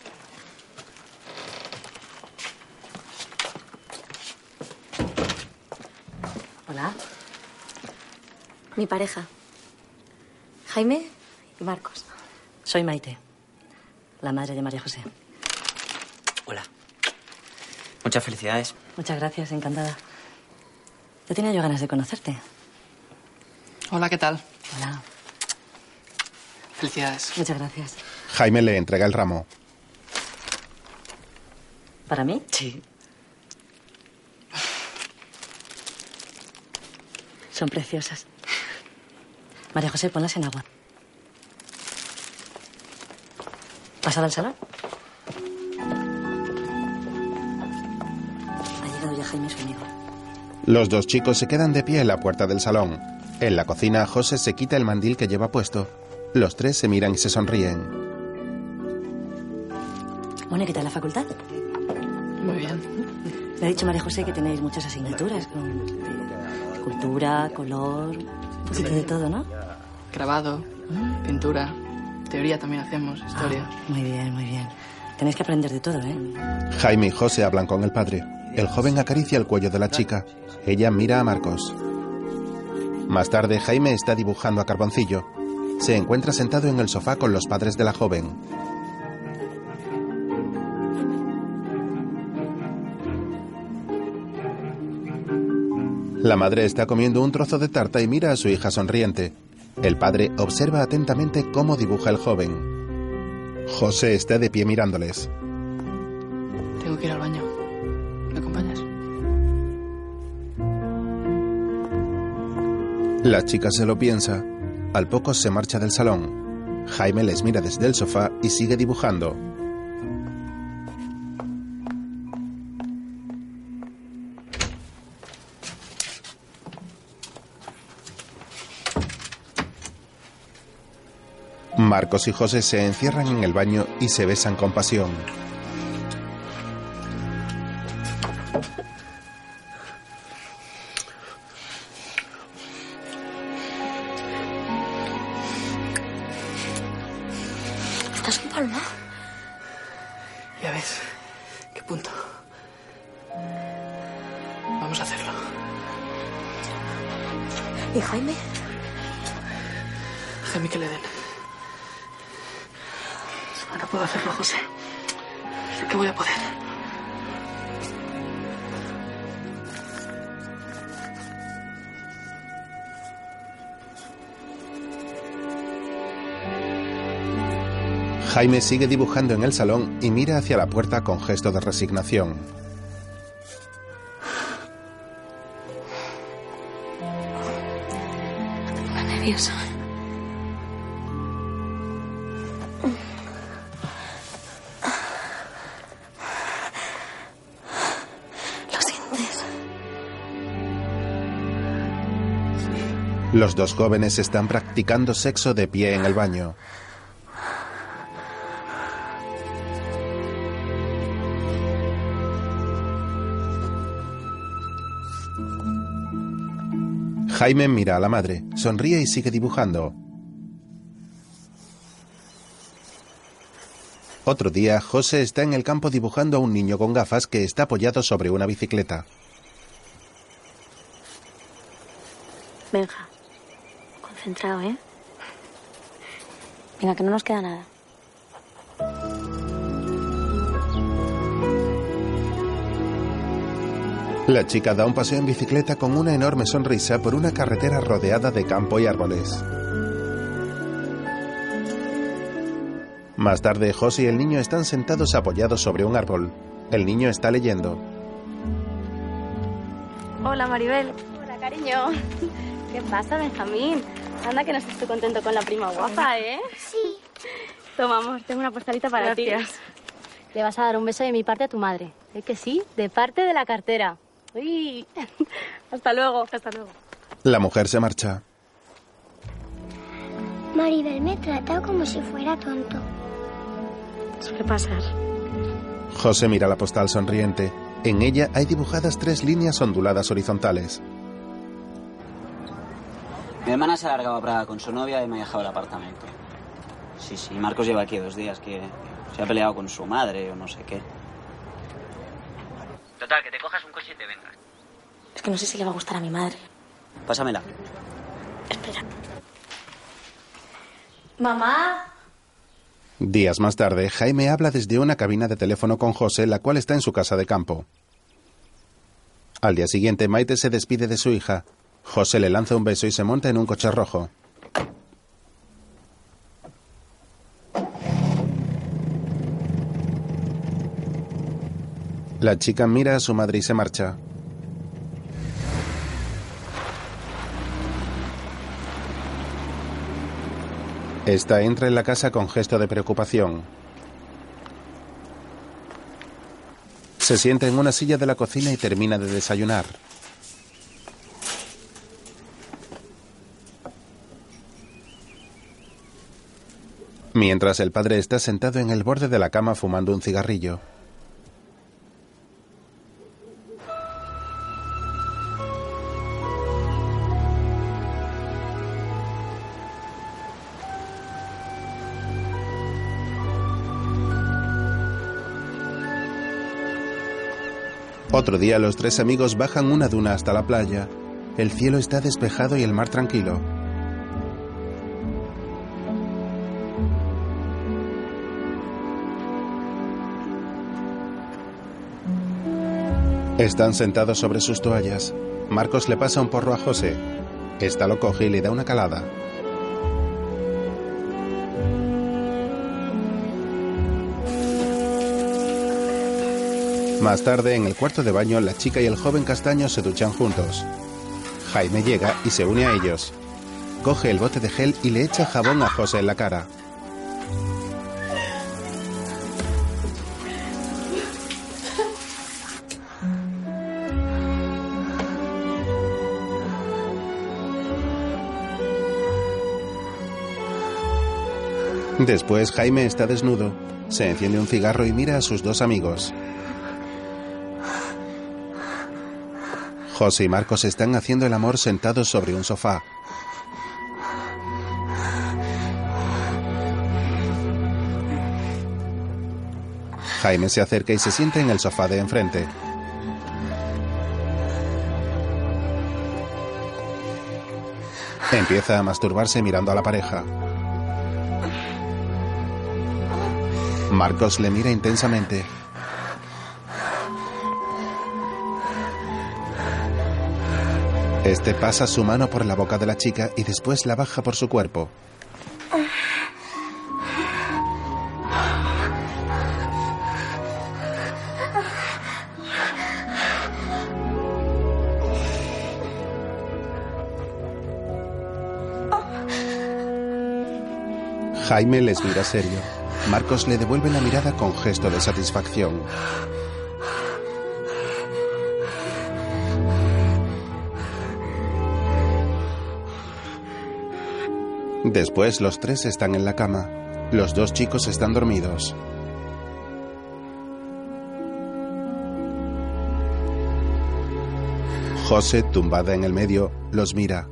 Hola. Mi pareja. Jaime y Marcos. Soy Maite, la madre de María José. Hola. Muchas felicidades. Muchas gracias, encantada. Ya tenía yo ganas de conocerte. Hola, ¿qué tal? Hola. Felicidades. Muchas gracias. Jaime le entrega el ramo. ¿Para mí? Sí. Son preciosas. María José, ponlas en agua. ¿Pasada al salón? Jaime es su amigo. Los dos chicos se quedan de pie en la puerta del salón. En la cocina, José se quita el mandil que lleva puesto. Los tres se miran y se sonríen. Bueno, ¿qué tal la facultad? Muy bien. Me ha dicho María José que tenéis muchas asignaturas con cultura, color, un poquito de todo, ¿no? Grabado, pintura, teoría también hacemos, historia. Muy bien, muy bien. Tenéis que aprender de todo, ¿eh? Jaime y José hablan con el padre. El joven acaricia el cuello de la chica. Ella mira a Marcos. Más tarde, Jaime está dibujando a carboncillo. Se encuentra sentado en el sofá con los padres de la joven. La madre está comiendo un trozo de tarta y mira a su hija sonriente. El padre observa atentamente cómo dibuja el joven. José está de pie mirándoles. Tengo que ir al baño. ¿Me acompañas? La chica se lo piensa. Al poco se marcha del salón. Jaime les mira desde el sofá y sigue dibujando. Marcos y José se encierran en el baño y se besan con pasión. ¿Estás en palma? Ya ves, qué punto. Vamos a hacerlo. ¿Y Jaime? Déjame que le den. No puedo hacerlo, José. Sé que voy a poder. Jaime sigue dibujando en el salón y mira hacia la puerta con gesto de resignación. Estoy nerviosa. Los dos jóvenes están practicando sexo de pie en el baño. Jaime mira a la madre, sonríe y sigue dibujando. Otro día, José está en el campo dibujando a un niño con gafas que está apoyado sobre una bicicleta. Benja, concentrado, ¿eh? Venga, que no nos queda nada. La chica da un paseo en bicicleta con una enorme sonrisa por una carretera rodeada de campo y árboles. Más tarde, José y el niño están sentados apoyados sobre un árbol. El niño está leyendo. Hola, Maribel. Hola, cariño. ¿Qué pasa, Benjamín? Anda que no estás tú contento con la prima guapa, ¿eh? Sí. Toma, amor, tengo una postalita para ti. Gracias. Le vas a dar un beso de mi parte a tu madre. ¿Es que sí? De parte de la cartera. Uy. Hasta luego. Hasta luego. La mujer se marcha. Maribel me trata como si fuera tonto. Suele pasar. José mira la postal sonriente. En ella hay dibujadas 3 líneas onduladas horizontales. Mi hermana se ha largado a Praga con su novia y me ha dejado el apartamento. Sí, Marcos lleva aquí 2 días que se ha peleado con su madre o no sé qué. Total, que te cojas un coche y te vengas. Es que no sé si le va a gustar a mi madre. Pásamela. Espera. Mamá. Días más tarde, Jaime habla desde una cabina de teléfono con José, la cual está en su casa de campo. Al día siguiente, Maite se despide de su hija. José le lanza un beso y se monta en un coche rojo. La chica mira a su madre y se marcha. Esta entra en la casa con gesto de preocupación. Se sienta en una silla de la cocina y termina de desayunar. Mientras el padre está sentado en el borde de la cama fumando un cigarrillo. Otro día los tres amigos bajan una duna hasta la playa. El cielo está despejado y el mar tranquilo. Están sentados sobre sus toallas. Marcos le pasa un porro a José. Esta lo coge y le da una calada. Más tarde, en el cuarto de baño, la chica y el joven castaño se duchan juntos. Jaime llega y se une a ellos. Coge el bote de gel y le echa jabón a José en la cara. Después, Jaime está desnudo. Se enciende un cigarro y mira a sus dos amigos. José y Marcos están haciendo el amor sentados sobre un sofá. Jaime se acerca y se sienta en el sofá de enfrente. Empieza a masturbarse mirando a la pareja. Marcos le mira intensamente. Este pasa su mano por la boca de la chica y después la baja por su cuerpo. Jaime les mira serio. Marcos le devuelve la mirada con gesto de satisfacción. Después los tres están en la cama. Los dos chicos están dormidos. José, tumbada en el medio, los mira.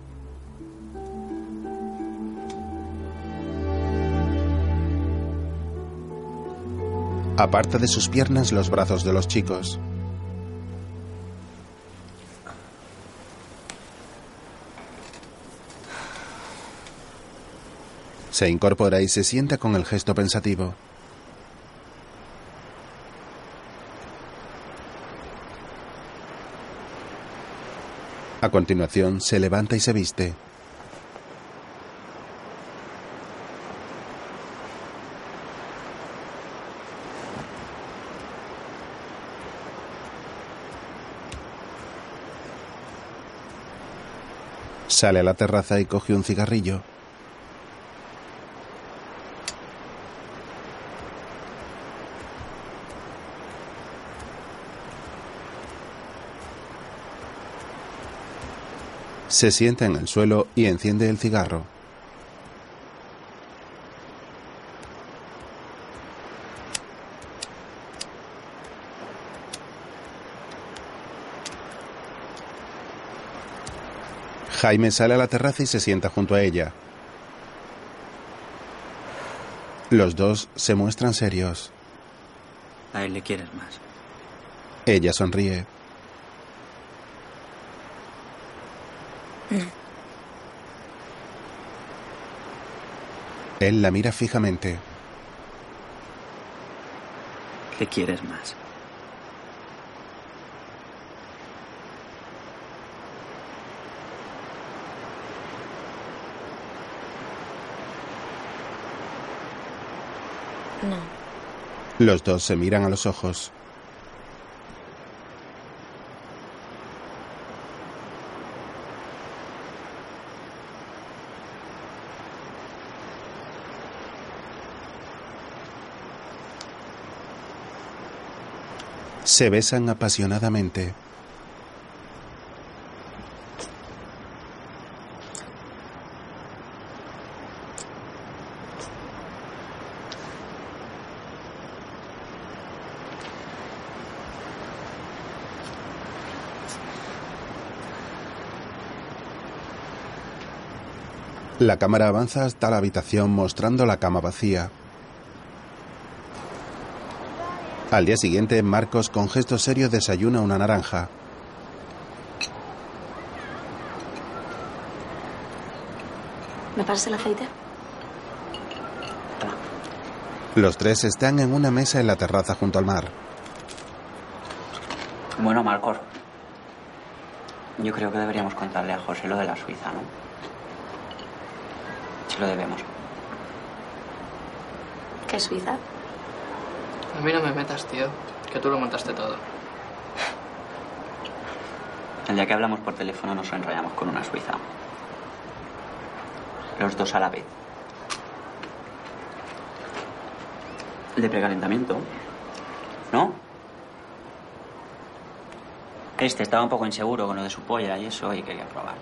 Aparta de sus piernas los brazos de los chicos. Se incorpora y se sienta con el gesto pensativo. A continuación, se levanta y se viste. Sale a la terraza y coge un cigarrillo. Se sienta en el suelo y enciende el cigarro. Jaime sale a la terraza y se sienta junto a ella. Los dos se muestran serios. A él le quieres más. Ella sonríe. No. Él la mira fijamente. Le quieres más. No. Los dos se miran a los ojos. Se besan apasionadamente. La cámara avanza hasta la habitación mostrando la cama vacía. Al día siguiente, Marcos con gesto serio desayuna una naranja. ¿Me pasas el aceite? Los tres están en una mesa en la terraza junto al mar. Bueno, Marcos, yo creo que deberíamos contarle a José lo de la Suiza, ¿no? Si lo debemos. ¿Qué es Suiza? A mí no me metas, tío, que tú lo montaste todo. El día que hablamos por teléfono nos enrollamos con una suiza. Los dos a la vez. El de precalentamiento, ¿no? Este estaba un poco inseguro con lo de su polla y eso, y quería probar.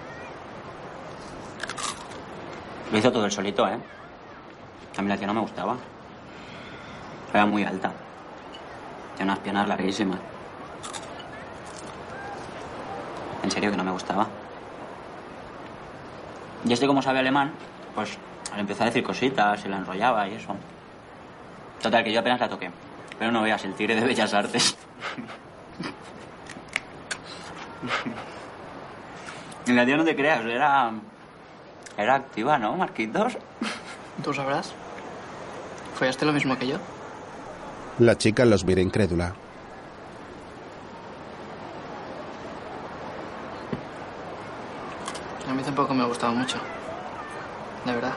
Lo hizo todo él solito, ¿eh? A mí la tía no me gustaba. Era muy alta. Tenía unas piernas larguísimas. En serio que no me gustaba. Y este, como sabe alemán, pues le empezó a decir cositas y la enrollaba y eso. Total, que yo apenas la toqué. Pero no veas, el tigre de Bellas Artes. Y la tía, no te creas, era activa, ¿no, Marquitos? ¿Tú sabrás? ¿Follaste lo mismo que yo? La chica los mira incrédula. A mí tampoco me ha gustado mucho. De verdad.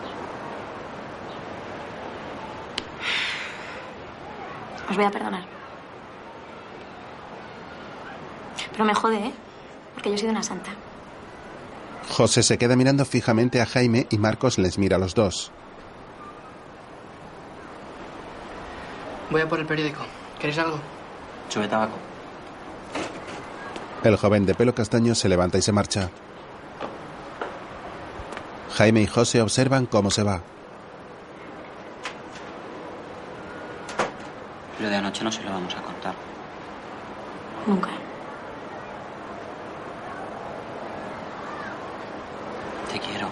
Os voy a perdonar. Pero me jode, ¿eh? Porque yo he sido una santa. José se queda mirando fijamente a Jaime y Marcos les mira a los dos. Voy a por el periódico. ¿Queréis algo? Sube tabaco. El joven de pelo castaño se levanta y se marcha. Jaime y José observan cómo se va. Lo de anoche no se lo vamos a contar. Nunca. Te quiero.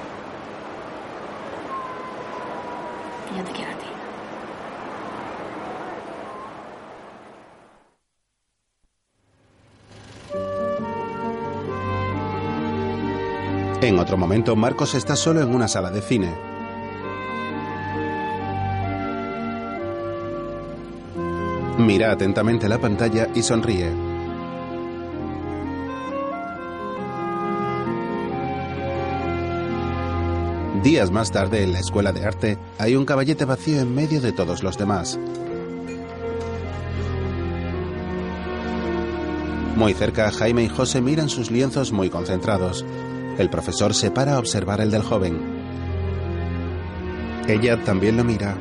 Y yo te quiero a ti. En otro momento, Marcos está solo en una sala de cine. Mira atentamente la pantalla y sonríe. Días más tarde, en la escuela de arte, hay un caballete vacío en medio de todos los demás. Muy cerca, Jaime y José miran sus lienzos muy concentrados. El profesor se para a observar el del joven. Ella también lo mira.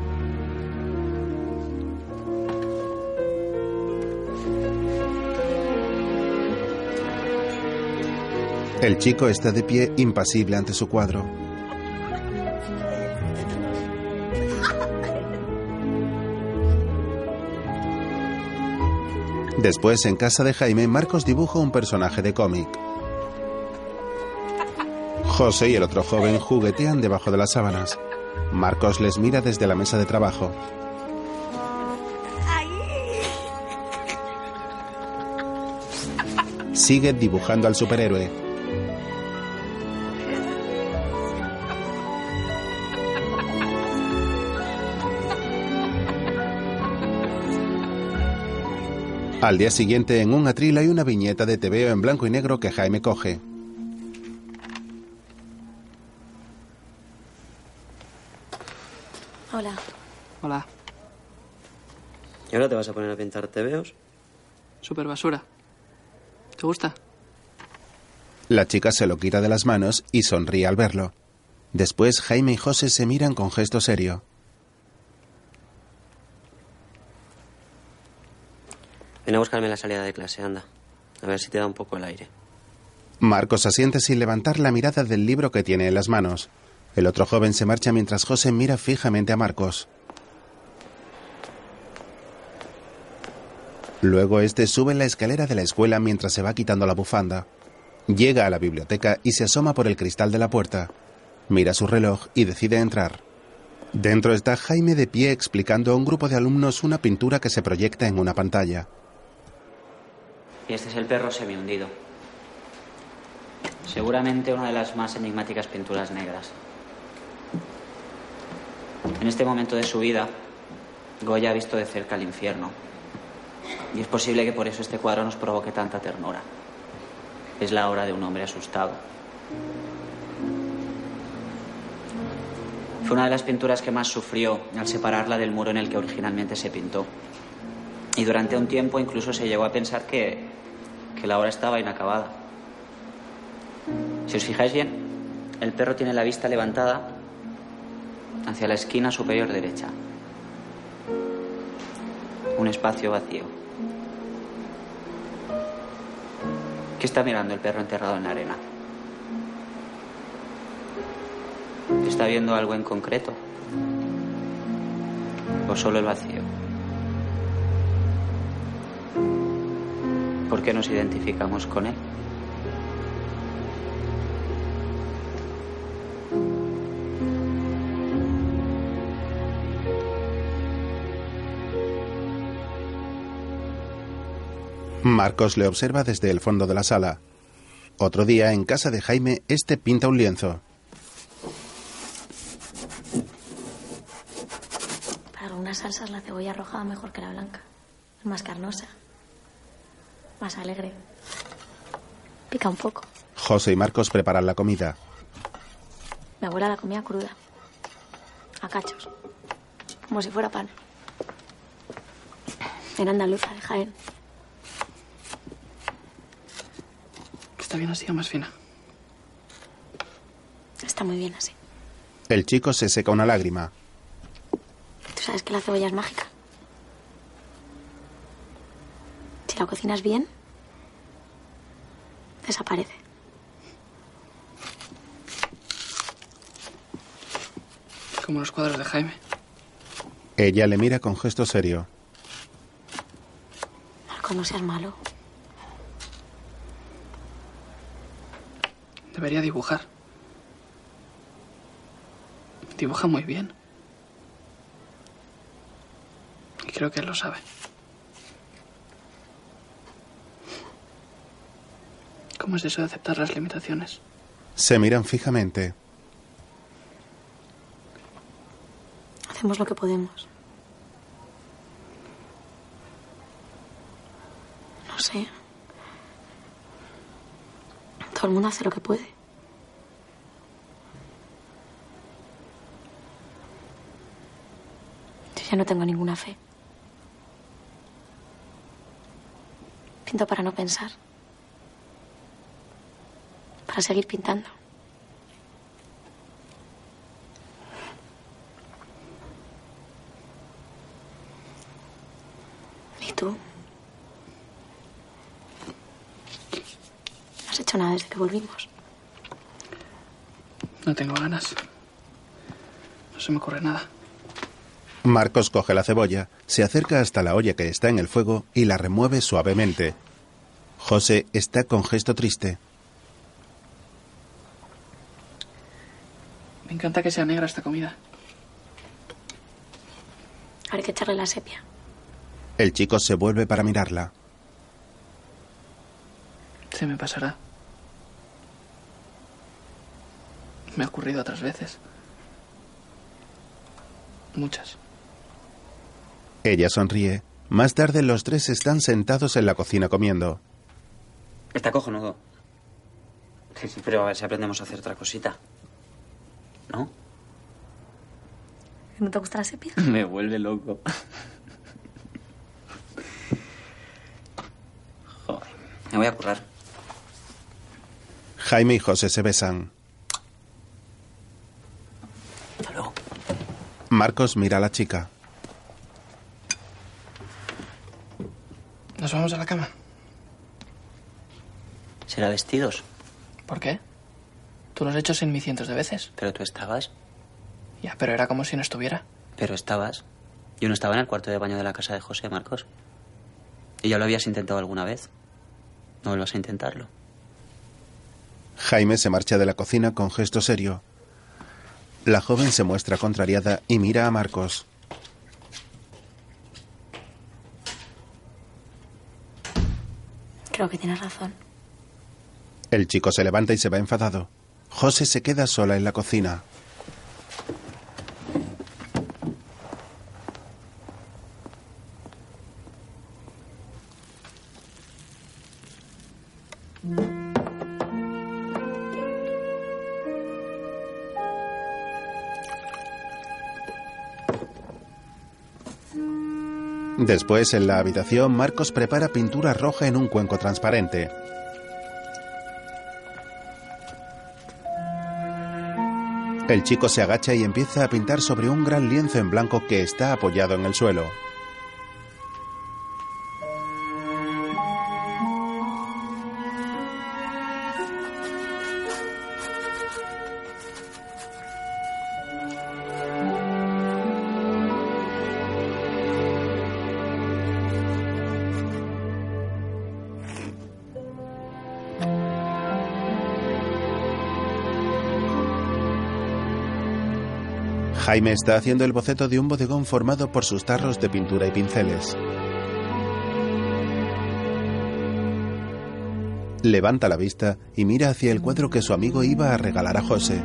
El chico está de pie, impasible ante su cuadro. Después, en casa de Jaime, Marcos dibuja un personaje de cómic. José y el otro joven juguetean debajo de las sábanas. Marcos les mira desde la mesa de trabajo. Sigue dibujando al superhéroe. Al día siguiente, en un atril hay una viñeta de TVO en blanco y negro que Jaime coge. Hola. Hola. ¿Y ahora te vas a poner a pintar tebeos? Super basura. ¿Te gusta? La chica se lo quita de las manos y sonríe al verlo. Después, Jaime y José se miran con gesto serio. Ven a buscarme en la salida de clase, anda. A ver si te da un poco el aire. Marcos asiente sin levantar la mirada del libro que tiene en las manos. El otro joven se marcha mientras José mira fijamente a Marcos. Luego este sube la escalera de la escuela mientras se va quitando la bufanda. Llega a la biblioteca y se asoma por el cristal de la puerta. Mira su reloj y decide entrar. Dentro está Jaime de pie explicando a un grupo de alumnos una pintura que se proyecta en una pantalla. Y este es el perro semihundido. Seguramente una de las más enigmáticas pinturas negras. En este momento de su vida, Goya ha visto de cerca el infierno. Y es posible que por eso este cuadro nos provoque tanta ternura. Es la obra de un hombre asustado. Fue una de las pinturas que más sufrió al separarla del muro en el que originalmente se pintó. Y durante un tiempo incluso se llegó a pensar que la obra estaba inacabada. Si os fijáis bien, el perro tiene la vista levantada hacia la esquina superior derecha. Un espacio vacío. ¿Qué está mirando el perro enterrado en la arena? ¿Está viendo algo en concreto? ¿O solo el vacío? ¿Por qué nos identificamos con él? Marcos le observa desde el fondo de la sala. Otro día, en casa de Jaime, este pinta un lienzo. Para algunas salsas la cebolla roja va mejor que la blanca. Es más carnosa. Más alegre. Pica un poco. José y Marcos preparan la comida. Mi abuela la comía cruda. A cachos. Como si fuera pan. Era andaluza, de Jaén. ¿Está bien así o más fina? Está muy bien así. El chico se seca una lágrima. ¿Tú sabes que la cebolla es mágica? Si la cocinas bien, desaparece. Como los cuadros de Jaime. Ella le mira con gesto serio. Marco, no seas malo. Debería dibujar. Dibuja muy bien. Y creo que él lo sabe. ¿Cómo es eso de aceptar las limitaciones? Se miran fijamente. Hacemos lo que podemos. No sé. Todo el mundo hace lo que puede. Yo ya no tengo ninguna fe. Pinto para no pensar. Para seguir pintando. ¿Y tú? ¿No has hecho nada desde que volvimos? No tengo ganas. No se me ocurre nada. Marcos coge la cebolla, se acerca hasta la olla que está en el fuego y la remueve suavemente. José está con gesto triste. Me encanta que sea negra esta comida. Hay que echarle la sepia. El chico se vuelve para mirarla. Se me pasará. Me ha ocurrido otras veces. Muchas. Ella sonríe. Más tarde los tres están sentados en la cocina comiendo. Está cojonudo. Sí, pero a ver si aprendemos a hacer otra cosita. ¿No? ¿No te gusta la sepia? Me vuelve loco. Joder, me voy a currar. Jaime y José se besan. Hasta luego. Marcos mira a la chica. No ¿Nos vamos a la cama? ¿Será vestidos? ¿Por qué? Tú lo has hecho 100.000 cientos de veces. Pero tú estabas. Ya, pero era como si no estuviera. Pero estabas. Yo no estaba en el cuarto de baño de la casa de José, Marcos. ¿Y ya lo habías intentado alguna vez? No vuelvas a intentarlo. Jaime se marcha de la cocina con gesto serio. La joven se muestra contrariada y mira a Marcos. Creo que tienes razón. El chico se levanta y se va enfadado. José se queda sola en la cocina. Después, en la habitación, Marcos prepara pintura roja en un cuenco transparente. El chico se agacha y empieza a pintar sobre un gran lienzo en blanco que está apoyado en el suelo. Jaime está haciendo el boceto de un bodegón formado por sus tarros de pintura y pinceles. Levanta la vista y mira hacia el cuadro que su amigo iba a regalar a José.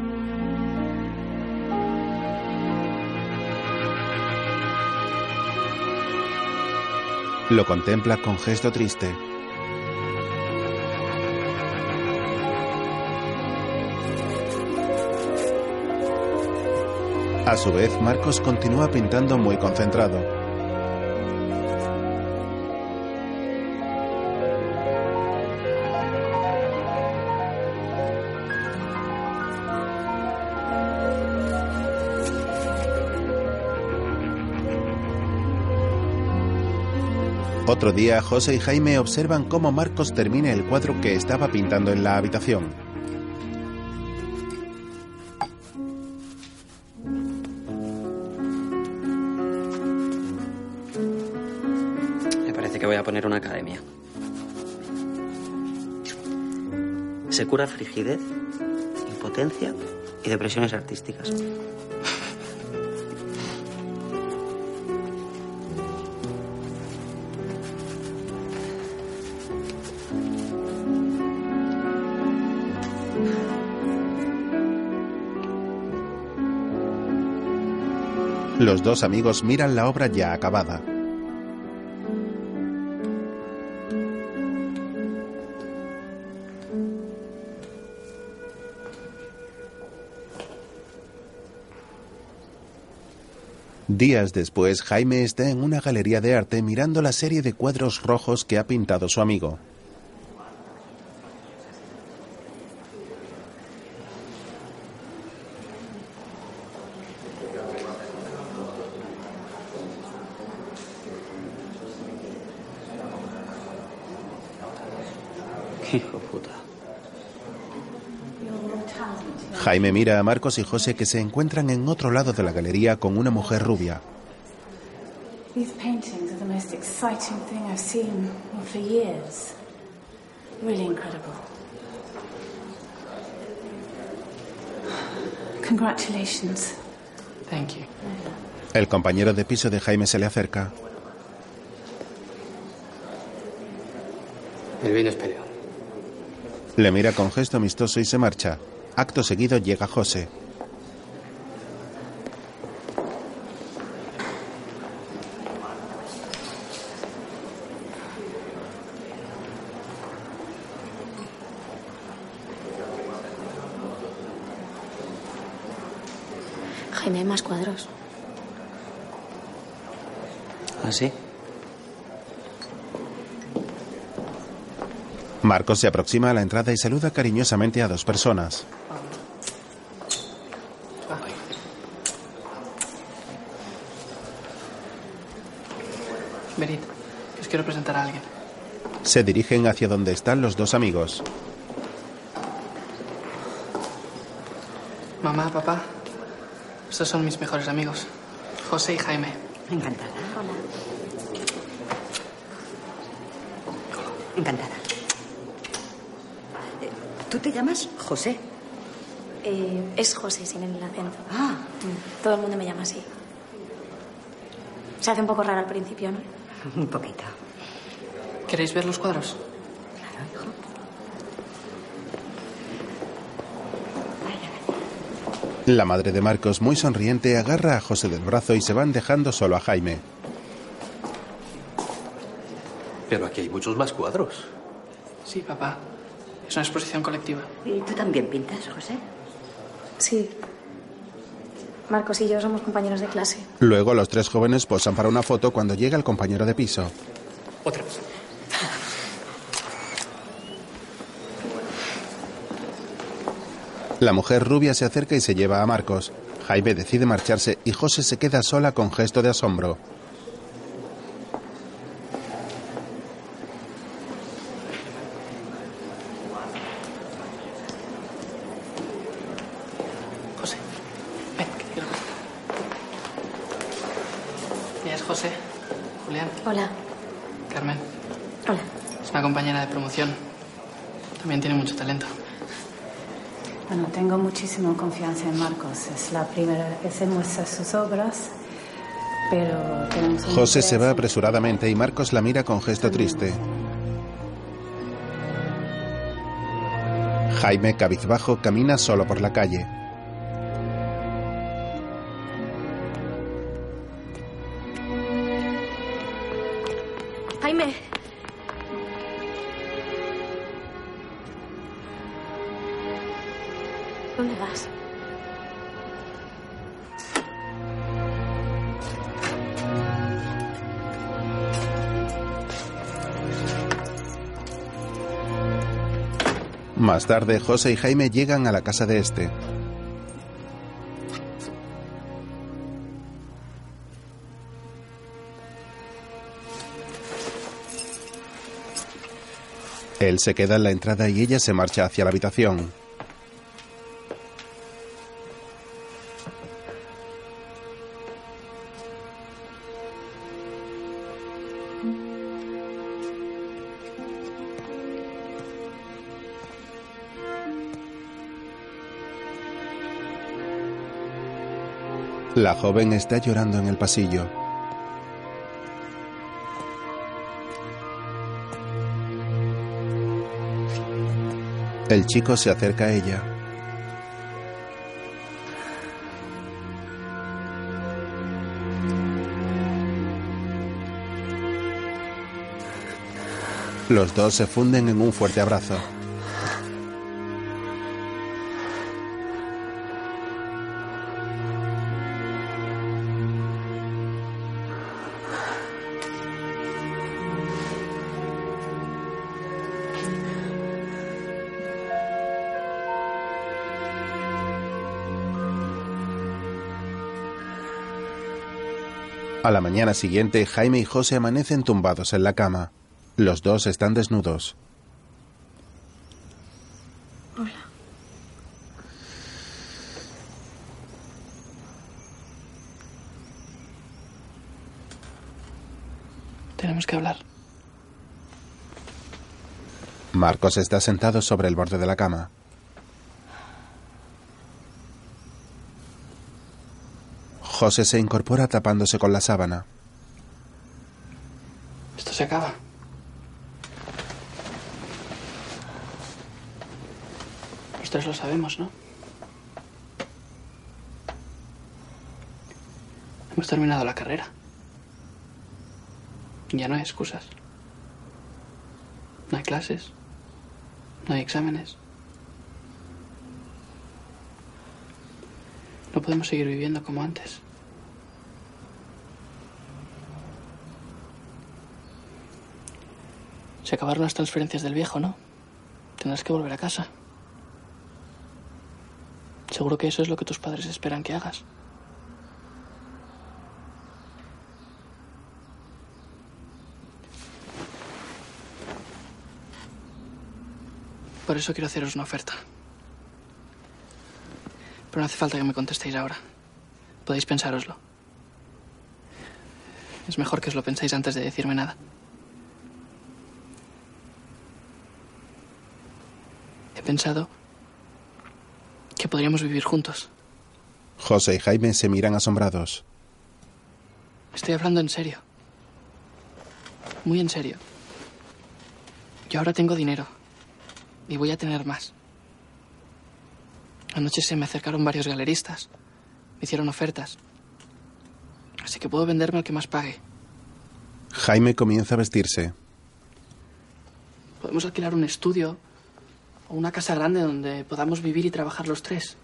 Lo contempla con gesto triste. A su vez, Marcos continúa pintando muy concentrado. Otro día, José y Jaime observan cómo Marcos termina el cuadro que estaba pintando en la habitación. Que voy a poner una academia. Se cura frigidez, impotencia y depresiones artísticas. Los dos amigos miran la obra ya acabada. Días después, Jaime está en una galería de arte mirando la serie de cuadros rojos que ha pintado su amigo. Hijo puta. Jaime mira a Marcos y José que se encuentran en otro lado de la galería con una mujer rubia. These paintings are the most exciting thing I've seen for years. Really incredible. Congratulations. Thank you. El compañero de piso de Jaime se le acerca. El vino es peleón. Le mira con gesto amistoso y se marcha. Acto seguido llega José. Jaime, hay más cuadros. ¿Ah, sí? Marcos se aproxima a la entrada y saluda cariñosamente a dos personas. Venid, que os quiero presentar a alguien. Se dirigen hacia donde están los dos amigos. Mamá, papá, estos son mis mejores amigos, José y Jaime. Encantada. Hola. Encantada. ¿Tú te llamas José? Es José, sin el acento. Ah. Todo el mundo me llama así. Se hace un poco raro al principio, ¿no? Un poquito. ¿Queréis ver los cuadros? Claro, hijo. La madre de Marcos, muy sonriente, agarra a José del brazo y se van dejando solo a Jaime. Pero aquí hay muchos más cuadros. Sí, papá. Es una exposición colectiva. ¿Y tú también pintas, José? Sí. Marcos y yo somos compañeros de clase. Luego los tres jóvenes posan para una foto cuando llega el compañero de piso. Otra vez. La mujer rubia se acerca y se lleva a Marcos. Jaime decide marcharse y José se queda sola con gesto de asombro. José, ven, que quiero ver. Ella es José. Julián. Hola. Carmen. Hola. Es una compañera de promoción. También tiene mucho talento. Bueno, tengo muchísima confianza en Marcos. Es la primera vez que se muestra sus obras, pero tenemos un José se va interés. apresuradamente y Marcos la mira con gesto triste. Jaime, cabizbajo, camina solo por la calle. Jaime. ¿Dónde vas? Más tarde, José y Jaime llegan a la casa de este. Él se queda en la entrada y ella se marcha hacia la habitación. La joven está llorando en el pasillo. El chico se acerca a ella. Los dos se funden en un fuerte abrazo. A la mañana siguiente, Jaime y José amanecen tumbados en la cama. Los dos están desnudos. Hola. Tenemos que hablar. Marcos está sentado sobre el borde de la cama. José se incorpora tapándose con la sábana. Esto se acaba. Los tres lo sabemos, ¿no? Hemos terminado la carrera. Ya no hay excusas. No hay clases. No hay exámenes. No podemos seguir viviendo como antes. Se acabaron las transferencias del viejo, ¿no? Tendrás que volver a casa. Seguro que eso es lo que tus padres esperan que hagas. Por eso quiero haceros una oferta. Pero no hace falta que me contestéis ahora. Podéis pensároslo. Es mejor que os lo penséis antes de decirme nada. He pensado que podríamos vivir juntos. José y Jaime se miran asombrados. Estoy hablando en serio. Muy en serio. Yo ahora tengo dinero. Y voy a tener más. Anoche se me acercaron varios galeristas. Me hicieron ofertas. Así que puedo venderme al que más pague. Jaime comienza a vestirse. Podemos alquilar un estudio o una casa grande donde podamos vivir y trabajar los tres.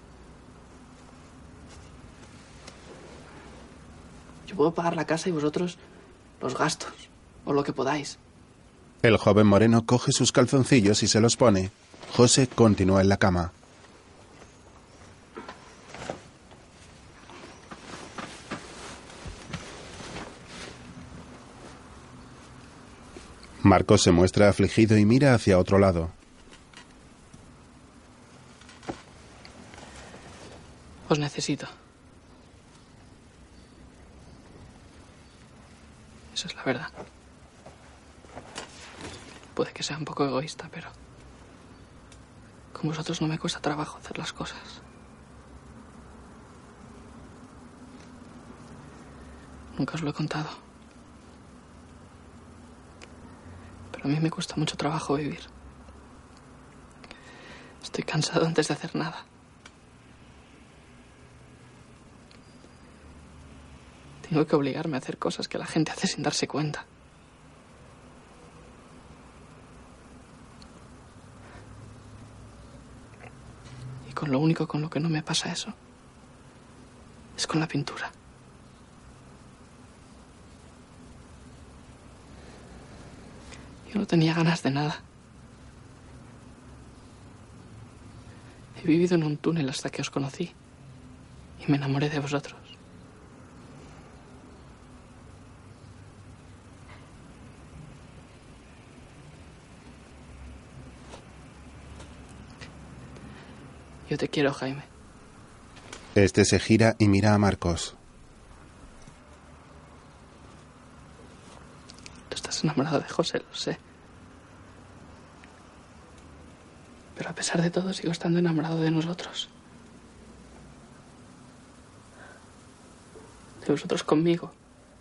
Yo puedo pagar la casa y vosotros los gastos o lo que podáis. El joven moreno coge sus calzoncillos y se los pone. José continúa en la cama. Marcos se muestra afligido y mira hacia otro lado. Os necesito. Esa es la verdad. Puede que sea un poco egoísta, pero con vosotros no me cuesta trabajo hacer las cosas. Nunca os lo he contado. Pero a mí me cuesta mucho trabajo vivir. Estoy cansado antes de hacer nada. Tengo que obligarme a hacer cosas que la gente hace sin darse cuenta. Y con lo único con lo que no me pasa eso es con la pintura. Yo no tenía ganas de nada. He vivido en un túnel hasta que os conocí y me enamoré de vosotros. Yo te quiero, Jaime. Este se gira y mira a Marcos. Tú estás enamorado de José, lo sé. Pero a pesar de todo sigo estando enamorado de nosotros. De vosotros conmigo.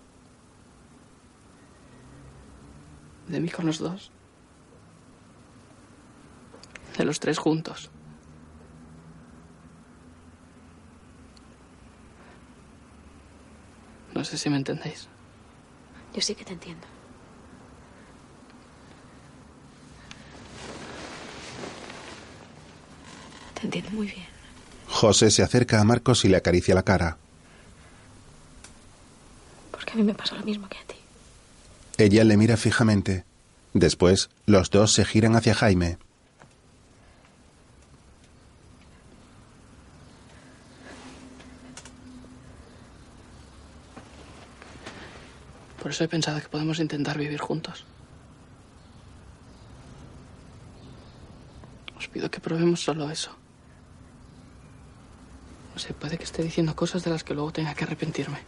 De mí con los dos. De los tres juntos. No sé si me entendéis. Yo sí que te entiendo. Te entiendo muy bien. José se acerca a Marcos y le acaricia la cara. Porque a mí me pasó lo mismo que a ti. Ella le mira fijamente. Después, los dos se giran hacia Jaime. Por eso he pensado que podemos intentar vivir juntos. Os pido que probemos solo eso. No sé, puede que esté diciendo cosas de las que luego tenga que arrepentirme.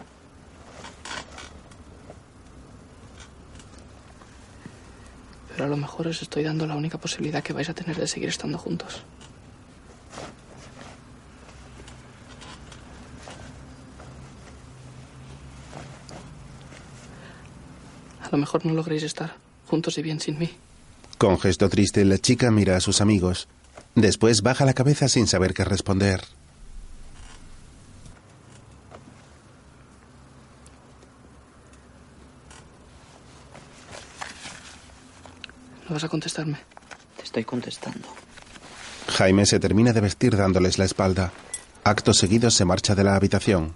Pero a lo mejor os estoy dando la única posibilidad que vais a tener de seguir estando juntos. A lo mejor no logréis estar juntos y bien sin mí. Con gesto triste, la chica mira a sus amigos. Después baja la cabeza sin saber qué responder. ¿No vas a contestarme? Te estoy contestando. Jaime se termina de vestir dándoles la espalda. Acto seguido se marcha de la habitación.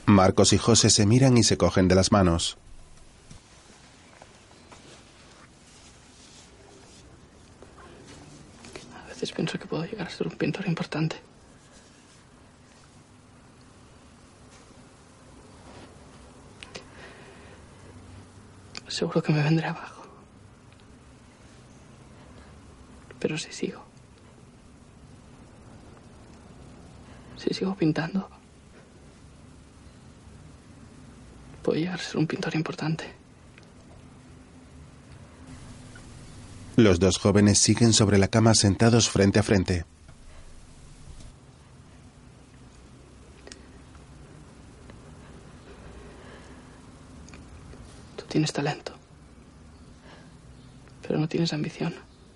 Marcos y José se miran y se cogen de las manos. A veces pienso que puedo llegar a ser un pintor importante. Seguro que me vendré abajo. Pero si sigo pintando, puedo llegar a ser un pintor importante. Los dos jóvenes siguen sobre la cama sentados frente a frente. Tú tienes talento, pero no tienes ambición.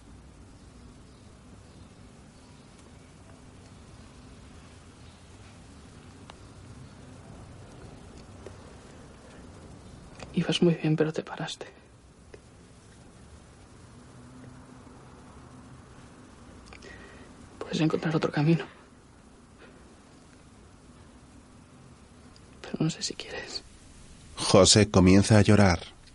Ibas muy bien, pero te paraste. Puedes encontrar otro camino. Pero no sé si quieres. José comienza a llorar.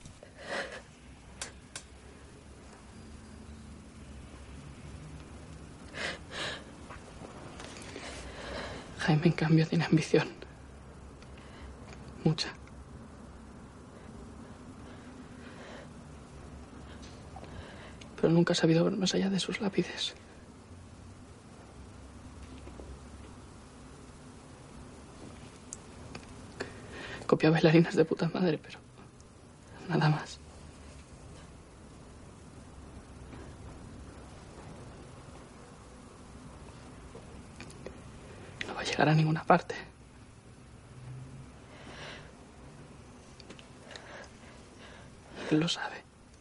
Jaime, en cambio, tiene ambición. Mucha. Pero nunca ha sabido ver más allá de sus lápides. Copia bailarinas de puta madre, pero nada más. No va a llegar a ninguna parte. Él lo sabe.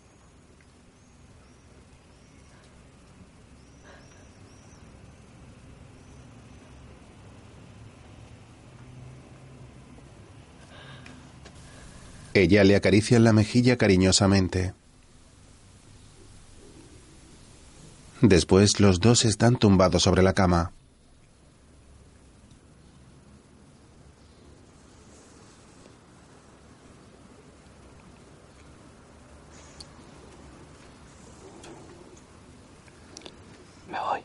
Ella le acaricia en la mejilla cariñosamente. Después los dos están tumbados sobre la cama. Me voy.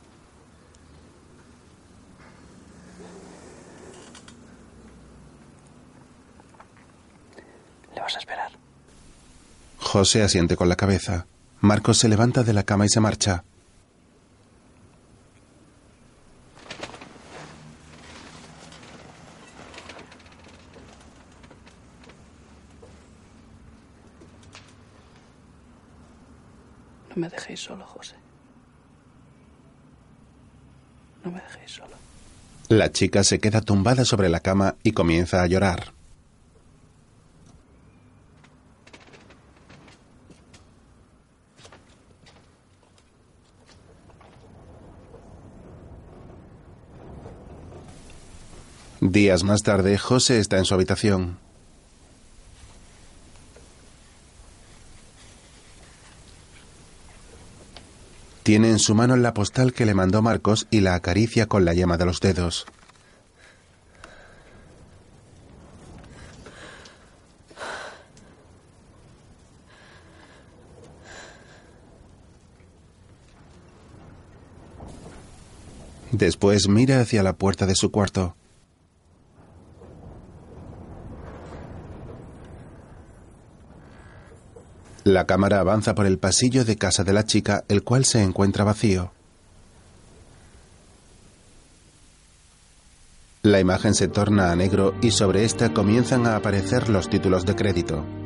¿Le vas a esperar? José asiente con la cabeza. Marcos se levanta de la cama y se marcha. No me dejéis solo, José. No me dejéis solo. La chica se queda tumbada sobre la cama y comienza a llorar. Días más tarde, José está en su habitación. Tiene en su mano la postal que le mandó Marcos y la acaricia con la yema de los dedos. Después mira hacia la puerta de su cuarto. La cámara avanza por el pasillo de casa de la chica, el cual se encuentra vacío. La imagen se torna a negro y sobre esta comienzan a aparecer los títulos de crédito.